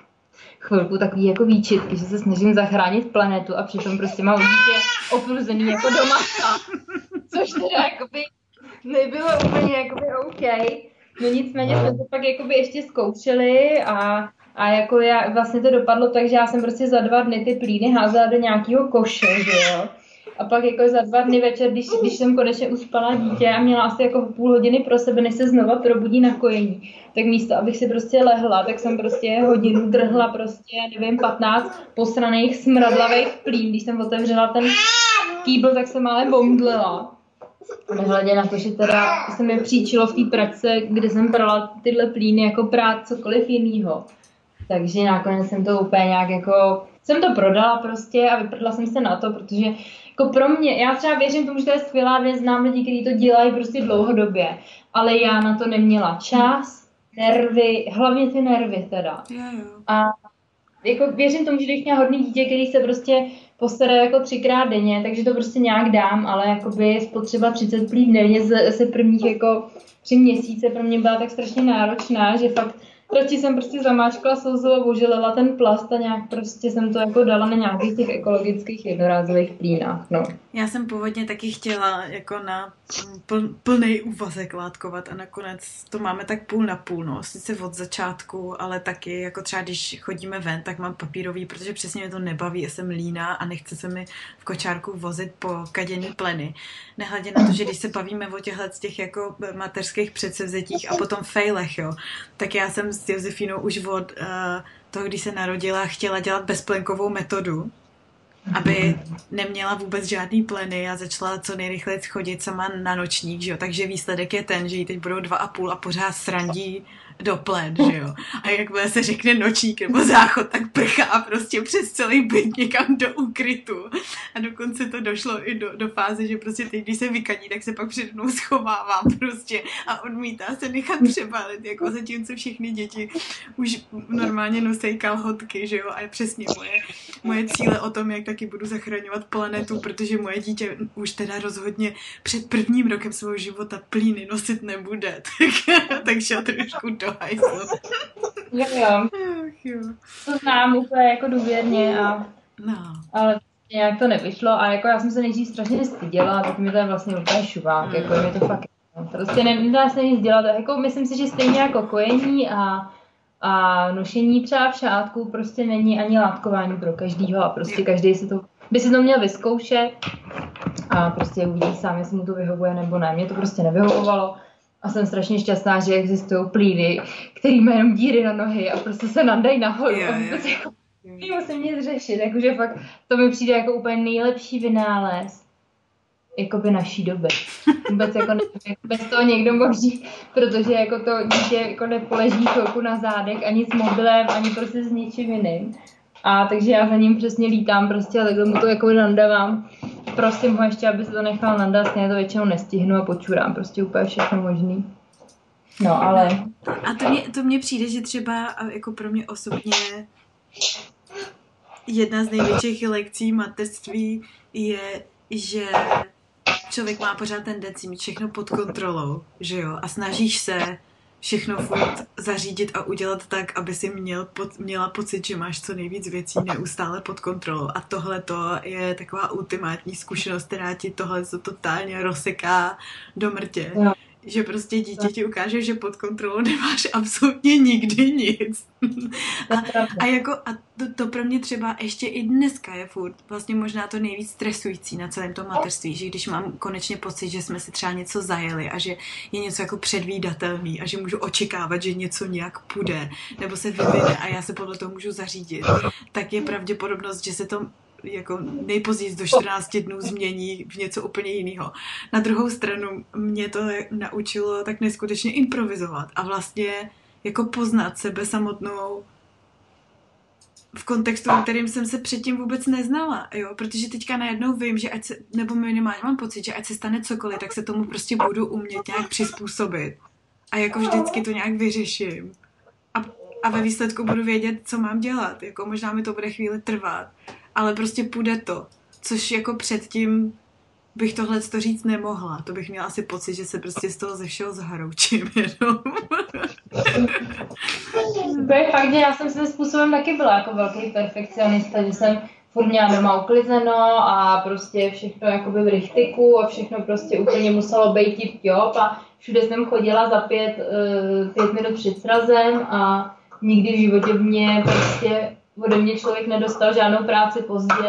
chvilku takový jako výčitky, že se snažím zachránit planetu a přitom prostě mám dítě opruzený jako do masa. Což teda jakoby nebylo úplně jakoby OK. No nicméně jsme to pak jakoby ještě zkoušeli a, a jako já, vlastně to dopadlo tak, že já jsem prostě za dva dny ty plíny házela do nějakého koše, že jo. A pak jako za dva dny večer, když, když jsem konečně uspala dítě a měla asi jako půl hodiny pro sebe, než se znova probudí na kojení, tak místo, abych si prostě lehla, tak jsem prostě hodinu drhla prostě, nevím, patnáct posraných smradlavých plín. Když jsem otevřela ten kýbl, tak jsem ale bomdlela. Nehledě na to, že teda se mi příčilo v té pračce, kde jsem prala tyhle plíny jako prát cokoliv jinýho. Takže nakonec jsem to úplně nějak jako, jsem to prodala prostě a vyprdla jsem se na to, protože jako pro mě, já třeba věřím tomu, že to je skvělá věc, znám lidi, kteří to dělají prostě dlouhodobě, ale já na to neměla čas, nervy, hlavně ty nervy teda. A jako věřím tomu, že když měla hodný dítě, který se prostě postará jako třikrát denně, takže to prostě nějak dám, ale jakoby spotřeba třicet plín denně se prvních jako tři měsíce pro mě byla tak strašně náročná, že fakt radši jsem prostě zamáčkla slzu a oželela ten plast a nějak prostě jsem to jako dala na nějakých těch ekologických jednorázových plínách, no.
Já jsem původně taky chtěla jako na pl, plný úvazek látkovat a nakonec to máme tak půl na půl, no. Sice od začátku, ale taky jako třeba když chodíme ven, tak mám papírový, protože přesně mě to nebaví, já jsem líná a nechce se mi v kočárku vozit po kaděný pleny. Nehledě na to, že když se bavíme o těchhle z těch jako mateřských předsevzetích a potom failech, jo, tak já jsem s Josefínou už od uh, toho, když se narodila, chtěla dělat bezplenkovou metodu, aby neměla vůbec žádný pleny a začala co nejrychleji chodit sama na nočník, že jo? Takže výsledek je ten, že jí teď budou dva a půl a pořád srandí do plen, že jo. A jakmile se řekne nočník nebo záchod, tak prchá prostě přes celý byt někam do úkrytu. A dokonce to došlo i do, do fáze, že prostě teď, když se vykaní, tak se pak před mnou schovává prostě a odmítá se nechat přebalit, jako zatímco všechny děti už normálně nosí kalhotky, že jo. A je přesně moje, moje cíle o tom, jak taky budu zachraňovat planetu, protože moje dítě už teda rozhodně před prvním rokem svého života plíny nosit nebude. Tak, takže trošku do hajzlu.
Jo, jo. jo. To znám úplně jako důvěrně, a,
no.
ale nějak to nevyšlo a jako já jsem se nejdřív strašně styděla, tak mi to je vlastně úplně šuvák, mm. jako je to fakt, no, prostě nedá se nic dělat, jako myslím si, že stejně jako kojení a, a nošení třeba v šátku prostě není ani látkování pro každýho a prostě jo. Každý si to, by si to měl vyzkoušet a prostě uvidí sám, jestli mu to vyhovuje nebo ne, mě to prostě nevyhovovalo. A jsem strašně šťastná, že existují plíny, který mají jenom díry na nohy a prostě se nandají nahoru.
Jo,
a
jo.
vůbec jako nemusím nic řešit. Jakože fakt to mi přijde jako úplně nejlepší vynález jakoby naší doby. Vůbec jako nevím, jak bez toho někdo možný, protože jako to dítě jako nepoleží chvilku na zádech ani s mobilem, ani prostě s ničím jiným. A takže já za ním přesně lítám prostě a takhle mu to jako nandavám. Prosím ho ještě, aby se to nechal nandat, stejně to většinou nestihnu a počurám prostě úplně všechno možný. No, ale...
A to mě, to mně přijde, že třeba jako pro mě osobně jedna z největších lekcí mateřství je, že člověk má pořád tendenci mít všechno pod kontrolou, že jo? A snažíš se všechno furt zařídit a udělat tak, aby si měl pod, měla pocit, že máš co nejvíc věcí neustále pod kontrolou. A tohle to je taková ultimátní zkušenost, která ti tohle to totálně rozseká do mrtě. No. Že prostě dítě ti ukáže, že pod kontrolou nemáš absolutně nikdy nic. A, a, jako, a to, to pro mě třeba ještě i dneska je furt vlastně možná to nejvíc stresující na celém tom mateřství, že když mám konečně pocit, že jsme si třeba něco zajeli a že je něco jako předvídatelný a že můžu očekávat, že něco nějak půjde nebo se vyvine a já se podle toho můžu zařídit, tak je pravděpodobnost, že se to jako nejpozději do čtrnácti dnů změní v něco úplně jiného. Na druhou stranu mě to naučilo tak neskutečně improvizovat a vlastně jako poznat sebe samotnou v kontextu, v kterým jsem se předtím vůbec neznala, jo, protože teďka najednou vím, že ať se, nebo minimálně mám pocit, že ať se stane cokoliv, tak se tomu prostě budu umět nějak přizpůsobit a jako vždycky to nějak vyřeším a, a ve výsledku budu vědět, co mám dělat, jako možná mi to bude chvíli trvat, ale prostě půjde to, což jako předtím bych tohle to říct nemohla. To bych měla asi pocit, že se prostě z toho ze všeho zharoučím jenom.
To je fakt, že já jsem svým způsobem taky byla jako velký perfekcionista, že jsem furt měla doma uklizeno a prostě všechno jakoby v rychtiku a všechno prostě úplně muselo být tip-top a všude jsem chodila za pět, pět minut před srazem a nikdy v životě mě prostě ode mě člověk nedostal žádnou práci pozdě.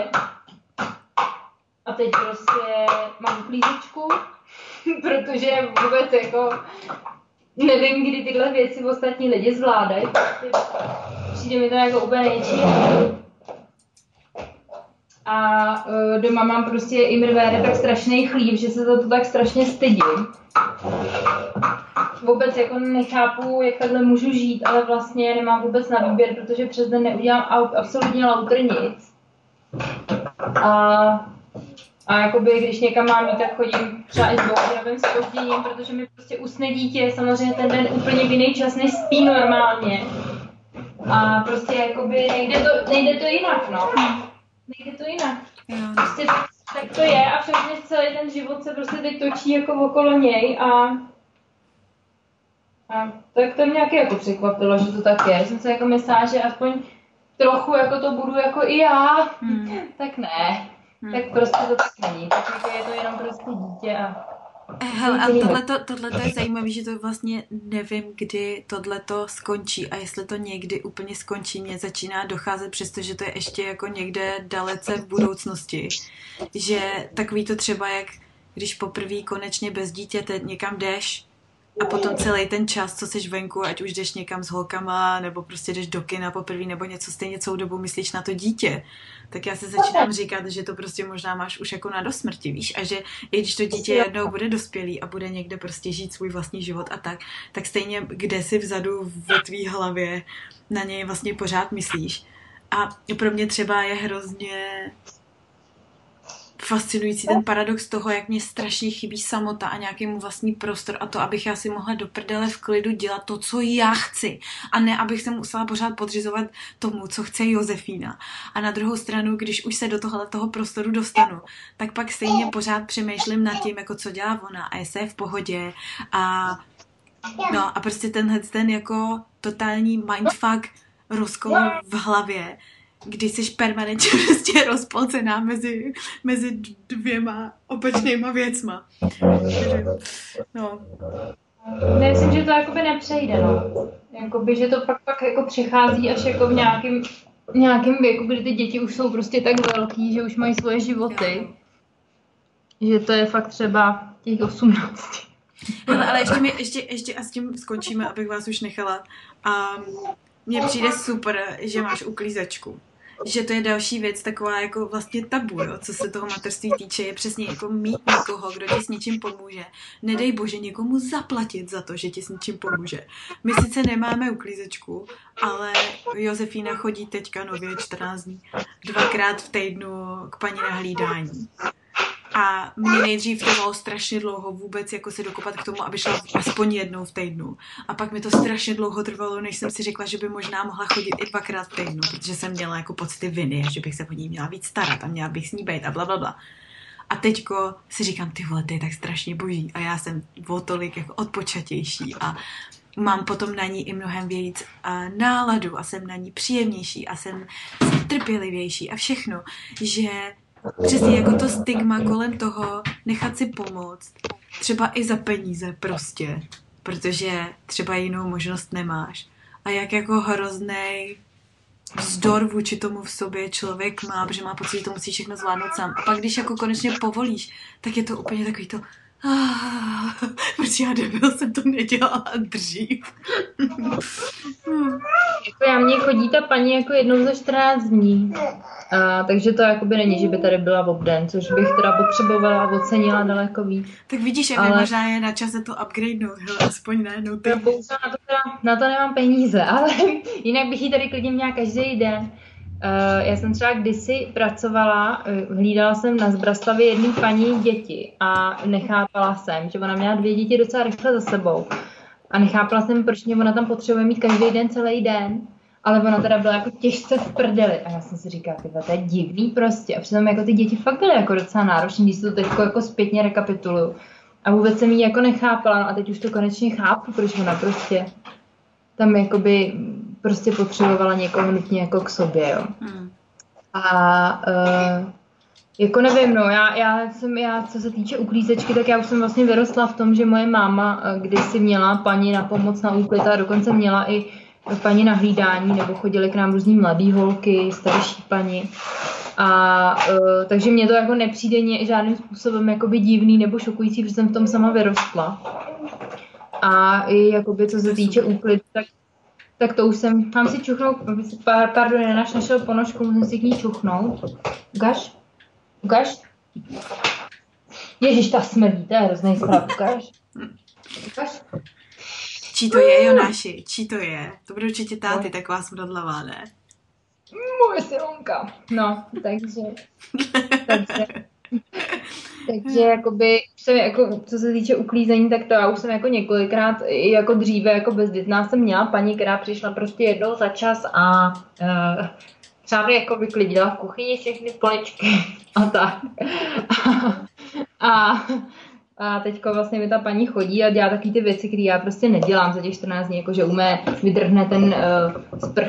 A teď prostě mám klízečku, protože vůbec jako nevím, kdy tyhle věci ostatní lidi zvládají. Přijde mi to jako úplně něčí. A uh, doma mám prostě imrvére tak strašný chlív, že se za to tak strašně stydím. Vůbec jako nechápu, jak takhle můžu žít, ale vlastně nemám vůbec na výběr, protože přes den neudělám absolutně lautr nic. A, a jakoby, když někam mám jít, tak chodím třeba i s dvouhodinovým zpožděním, protože mi prostě usne dítě samozřejmě ten den úplně v jiný čas, než spí normálně. A prostě jakoby nejde to, nejde to jinak, no. Nejde to jinak. Prostě tak to je a všechny celý ten život se prostě teď točí jako okolo něj a, a tak to mě nějaký jako překvapilo, že to tak je. Jsem se jako myslela, že aspoň trochu jako to budu jako i já, hmm. tak ne. Hmm. Tak prostě to tak není. Tak jako je to jenom prostě dítě a...
Hele, a tohleto, tohleto je zajímavé, že to vlastně nevím, kdy tohleto skončí a jestli to někdy úplně skončí, mě začíná docházet, přestože to je ještě jako někde dalece v budoucnosti, že takový to třeba jak když poprvé konečně bez dítěte někam jdeš a potom celý ten čas, co seš venku, ať už jdeš někam s holkama, nebo prostě jdeš do kina poprvé, nebo něco stejně celou dobu myslíš na to dítě, tak já se začínám říkat, že to prostě možná máš už jako na dosmrti, víš, a že i když to dítě jednou bude dospělý a bude někde prostě žít svůj vlastní život a tak, tak stejně kde si vzadu ve tvý hlavě na něj vlastně pořád myslíš. A pro mě třeba je hrozně fascinující ten paradox toho, jak mě strašně chybí samota a nějaký mu vlastní prostor a to, abych já si mohla do prdele v klidu dělat to, co já chci a ne, abych se musela pořád podřizovat tomu, co chce Josefína. A na druhou stranu, když už se do tohle toho prostoru dostanu, tak pak stejně pořád přemýšlím nad tím, jako co dělá ona a jestli je v pohodě a no a prostě tenhle ten jako totální mindfuck rozkol v hlavě, když jsi permanentně prostě rozpolcená mezi, mezi dvěma opačnýma věcma. Takže, no.
Myslím, že to jakoby nepřejde, no. Jakoby, že to pak, pak jako přechází až jako v nějakým, nějakým věku, kdy ty děti už jsou prostě tak velký, že už mají svoje životy. Že to je fakt třeba těch osmnáct.
Ale, ale ještě, mi, ještě, ještě a s tím skončíme, abych vás už nechala. A mně přijde super, že máš uklízečku. Že to je další věc, taková jako vlastně tabu, jo? Co se toho mateřství týče, je přesně jako mít někoho, kdo ti s něčím pomůže. Nedej bože někomu zaplatit za to, že ti s něčím pomůže. My sice nemáme uklízečku, ale Josefína chodí teďka nově čtrnáct dní, dvakrát v týdnu k paní na hlídání. A mě nejdřív trvalo strašně dlouho vůbec jako se dokopat k tomu, aby šla aspoň jednou v týdnu. A pak mi to strašně dlouho trvalo, než jsem si řekla, že by možná mohla chodit i dvakrát v týdnu, protože jsem měla jako pocity viny, že bych se o ní měla víc starat a měla bych s ní být a blablabla. Bla, bla. A teďko si říkám, ty vole, to je tak strašně boží a já jsem o tolik jako odpočatější a mám potom na ní i mnohem víc náladu a jsem na ní příjemnější a jsem, jsem trpělivější a všechno, že přesně jako to stigma kolem toho nechat si pomoct, třeba i za peníze prostě, protože třeba jinou možnost nemáš. A jak jako hroznej vzdor vůči tomu v sobě člověk má, protože má pocit, že to musí všechno zvládnout sám. A pak když jako konečně povolíš, tak je to úplně takový to ah, protože já debil jsem to nedělala dřív.
Jako já mě chodí ta paní jako jednou za čtrnáct dní. A, takže to jakoby není, že by tady byla v obden, což bych teda potřebovala a ocenila daleko víc.
Tak vidíš, jak ale... možná je na čase to upgradenout, hele, aspoň najednou ty.
Já bohužel na to, teda, na to nemám peníze, ale jinak bych ji tady klidně měla každý den. Uh, já jsem třeba kdysi pracovala, uh, hlídala jsem na Zbraslavě jedné paní děti a nechápala jsem, že ona měla dvě děti docela rychle za sebou. A nechápala jsem, proč mě ona tam potřebuje mít každý den, celý den. Ale ona teda byla jako těžce v prdeli. A já jsem si říkala, tyhle, to je divný prostě. A přitom jako ty děti fakt byly jako docela náročný, když si to teď jako zpětně rekapituluju. A vůbec jsem jí jako nechápala. No a teď už to konečně chápu, proč ona prostě tam jakoby prostě potřebovala někoho nutně jako k sobě, jo. Hmm. A uh, jako nevím, no, já, já jsem, já, co se týče uklízečky, tak já už jsem vlastně vyrostla v tom, že moje máma kdysi měla paní na pomoc na úklid a dokonce měla i paní na hlídání, nebo chodily k nám různý mladý holky, starší paní. A uh, takže mě to jako nepřijde ně, žádným způsobem jakoby divný nebo šokující, protože jsem v tom sama vyrostla. A i jakoby co se týče úklidu, tak, tak to už jsem, mám si čuchnout, pardon, nenáš našel ponožku, musím si k ní čuchnout. Ukaž? Ukaž? Ježiš, ta smrdí, to je hrozný zpráv, ukaž? Ukaž?
Čí to je, Jonáši? Čí to je? To bude určitě táty, taková smradlavá, ne?
Moje silonka. No, takže... takže... Takže jakoby, jsem jako, co se týče uklízení, tak to já už jsem jako několikrát, i jako dříve, jako bezdětná jsem měla paní, která přišla prostě jednou za čas a uh, třeba jako vyklidila v kuchyni všechny poličky a tak. A, a, a teďko vlastně mi ta paní chodí a dělá taky ty věci, které já prostě nedělám za těch čtrnáct dní, jako že umé, vydrhne ten uh, sprch,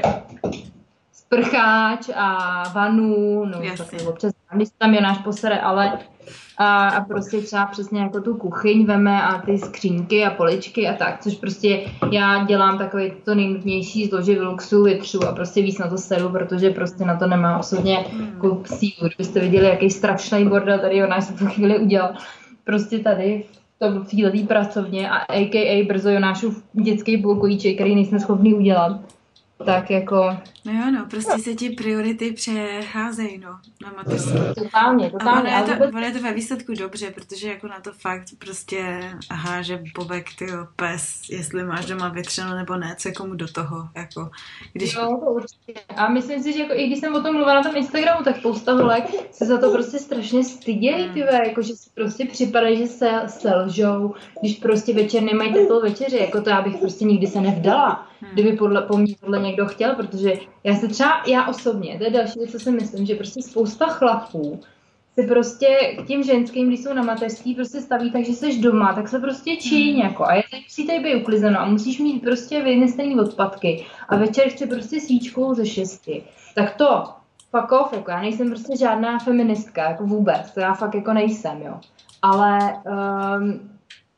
sprcháč a vanu, no tak občas, když tam je náš posere, ale a, a prostě třeba přesně jako tu kuchyň veme a ty skřínky a poličky a tak, což prostě já dělám takový to nejnutnější zloží v luxu, vytřu a prostě víc na to sedu, protože prostě na to nemá osobně jako sílu. Kdybyste viděli, jaký strašný bordel tady Jonáš se tu chvíli udělal. Prostě tady v této pracovně a a ká a brzo Jonášův dětský bulkojíček, který nejsme schopný udělat. Tak jako...
No jo, no, prostě se ti priority přecházejí, no, na mateřství.
Totálně, totálně.
A ono je, to, ono je to ve výsledku dobře, protože jako na to fakt prostě, aha, že Bobek, tyjo, pes, jestli máš doma vytřeno nebo ne, co je komu do toho, jako, když...
Jo, to určitě. A myslím si, že jako, i když jsem o tom mluvila na tom Instagramu, tak spousta holek se za to prostě strašně stydějí, tyve, jako, že si prostě připadají, že se selžou, když prostě večer nemají teplou večeři, jako to já bych prostě nikdy se nevdala, kdyby podle, po mně podle někdo chtěl, protože já se třeba, já osobně, to je další věc, co si myslím, že prostě spousta chlapů se prostě k těm ženským, když jsou na mateřství, prostě staví tak, že jsi doma, tak se prostě čiň, jako, a je tady musí tady být uklizeno a musíš mít prostě vynesený odpadky a večer chci prostě svíčkou ze šesti. Tak to, fuck off, jako, já nejsem prostě žádná feministka, jako vůbec, to já fakt jako nejsem, jo. Ale, um,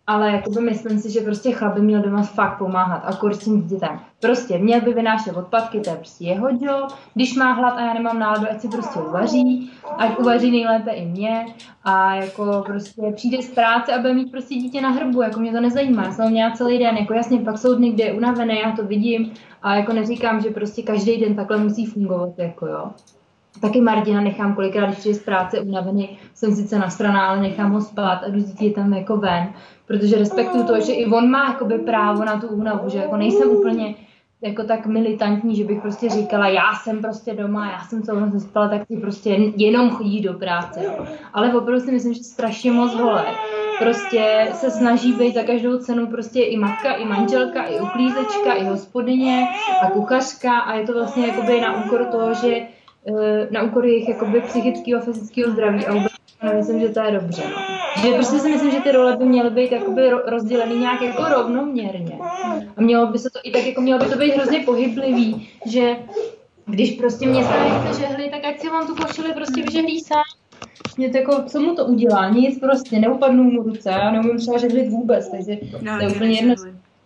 ale jakoby myslím si, že prostě chlap by měl doma fakt pomáhat a kurz tím dětem. Prostě měl by vynášet odpadky, to je prostě jeho job. Když má hlad a já nemám náladu, ať si prostě uvaří, ať uvaří nejlépe i mě a jako prostě přijde z práce a bude mít prostě dítě na hrbu, jako mě to nezajímá, já jsem měla celý den, jako jasně pak jsou dny, kde je unavený, já to vidím a jako neříkám, že prostě každý den takhle musí fungovat, jako jo. Taky Martina nechám kolikrát, když přijde z práce unavený, jsem sice nasraná, ale nechám ho spát a jdu s dítě tam jako ven, protože respektuju to, že i on má jakoby právo na tu únavu, že jako nejsem úplně jako tak militantní, že bych prostě říkala, já jsem prostě doma, já jsem celou noc nespala, tak ty prostě jenom chodí do práce. Jo. Ale opravdu si myslím, že strašně moc holek prostě se snaží být za každou cenu prostě i matka, i manželka, i uklízečka, i hospodyně a kuchařka a je to vlastně jakoby na úkor toho, že na úkor jejich jakoby psychického a fyzického zdraví a vůbec myslím, že to je dobře. No. Že prostě si myslím, že ty role by měly být jakoby rozděleny nějak jako rovnoměrně. A mělo by se to i tak jako mělo by to být hrozně pohyblivý, že když prostě mě se nechce žehlit, tak ať si vám tu košili prostě vyžehlí sám. Mě to jako, co mu to udělá? Nic prostě, neupadnou mu ruce, já neumím třeba žehlit vůbec, takže
no,
to je úplně jedno.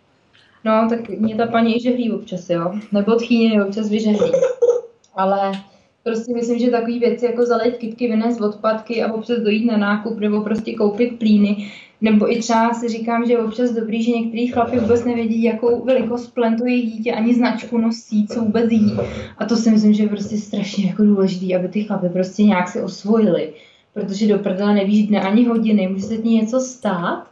No, tak mě ta paní i žehlí občas, jo. Nebo tchýně občas vyžehlí. Ale prostě myslím, že takový věci jako zalejt kytky, vynést odpadky a občas dojít na nákup nebo prostě koupit plíny. Nebo i třeba si říkám, že je občas dobrý, že některý chlapi vůbec nevědí, jakou velikost plentu jejich dítě ani značku nosí, co vůbec jí. A to si myslím, že je prostě strašně jako důležitý, aby ty chlapy prostě nějak si osvojili. Protože do prdele nevíš dne ani hodiny, může se ti něco stát.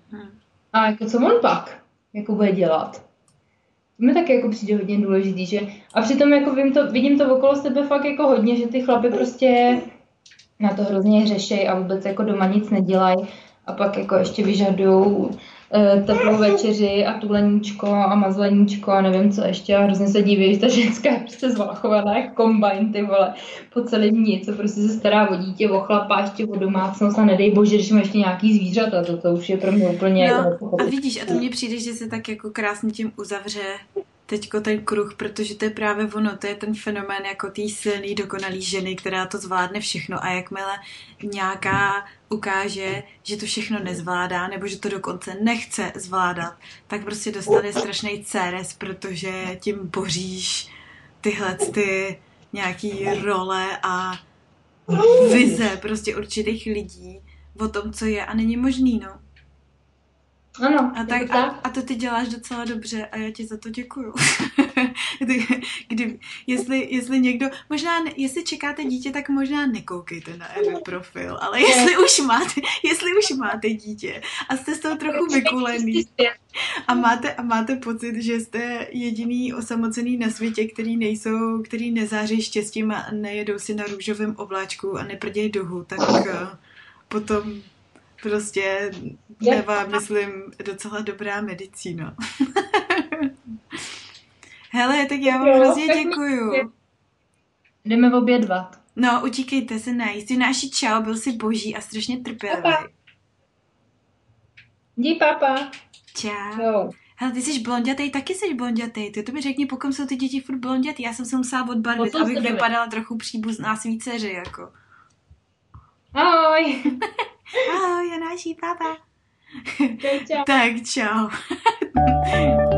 A jako co on pak jako bude dělat? To mi taky jako přijde hodně důležitý, že a přitom jako vím to, vidím to okolo sebe fakt jako hodně, že ty chlapy prostě na to hrozně hřešej a vůbec jako doma nic nedělají a pak jako ještě vyžadujou e, teplou večeři a tuleníčko a mazleníčko a nevím co ještě a hrozně se diví, že ta ženská je prostě zvláchovaná jak kombajn, ty vole, po celém dní, co prostě se stará o dítě, o chlapa, ještě o domácnost a nedej bože, když má ještě nějaký zvířata, to, to už je pro mě úplně
no,
jako
a vidíš, a to mně přijde, že se tak jako krásně tím uzavře teďko ten kruh, protože to je právě ono, to je ten fenomén jako té silný, dokonalý ženy, která to zvládne všechno a jakmile nějaká ukáže, že to všechno nezvládá, nebo že to dokonce nechce zvládat, tak prostě dostane strašný céres, protože tím boříš tyhle ty nějaký role a vize prostě určitých lidí o tom, co je a není možný, no.
Ano,
a, tak, a, a to ty děláš docela dobře a já ti za to děkuju. Kdy, jestli, jestli někdo, možná, ne, jestli čekáte dítě, tak možná nekoukejte na Evy profil, ale jestli už máte, jestli už máte dítě a jste z toho trochu vykulený a máte, a máte pocit, že jste jediný osamocený na světě, který nejsou, který nezáří štěstím a nejedou si na růžovém obláčku a neprdějí dohu, tak potom prostě Eva, myslím, docela dobrá medicína. Hele, tak já vám hrozně děkuju.
Jdeme obědvat.
No, utíkejte se najíst. Junáši, čau, byl jsi boží a strašně trpělivý.
Papa. Dí, papa.
Čau.
Jo.
Hele, ty jsi blondětej, taky jsi blondětej. Ty to mi řekni, pokud jsou ty děti furt blondětý. Já jsem se musela odbarvit, abych vypadala trochu příbuzná svý dceři, jako.
Ahoj.
Ahoj, Jonáši, papa.
Čau, čau.
Tak, čau.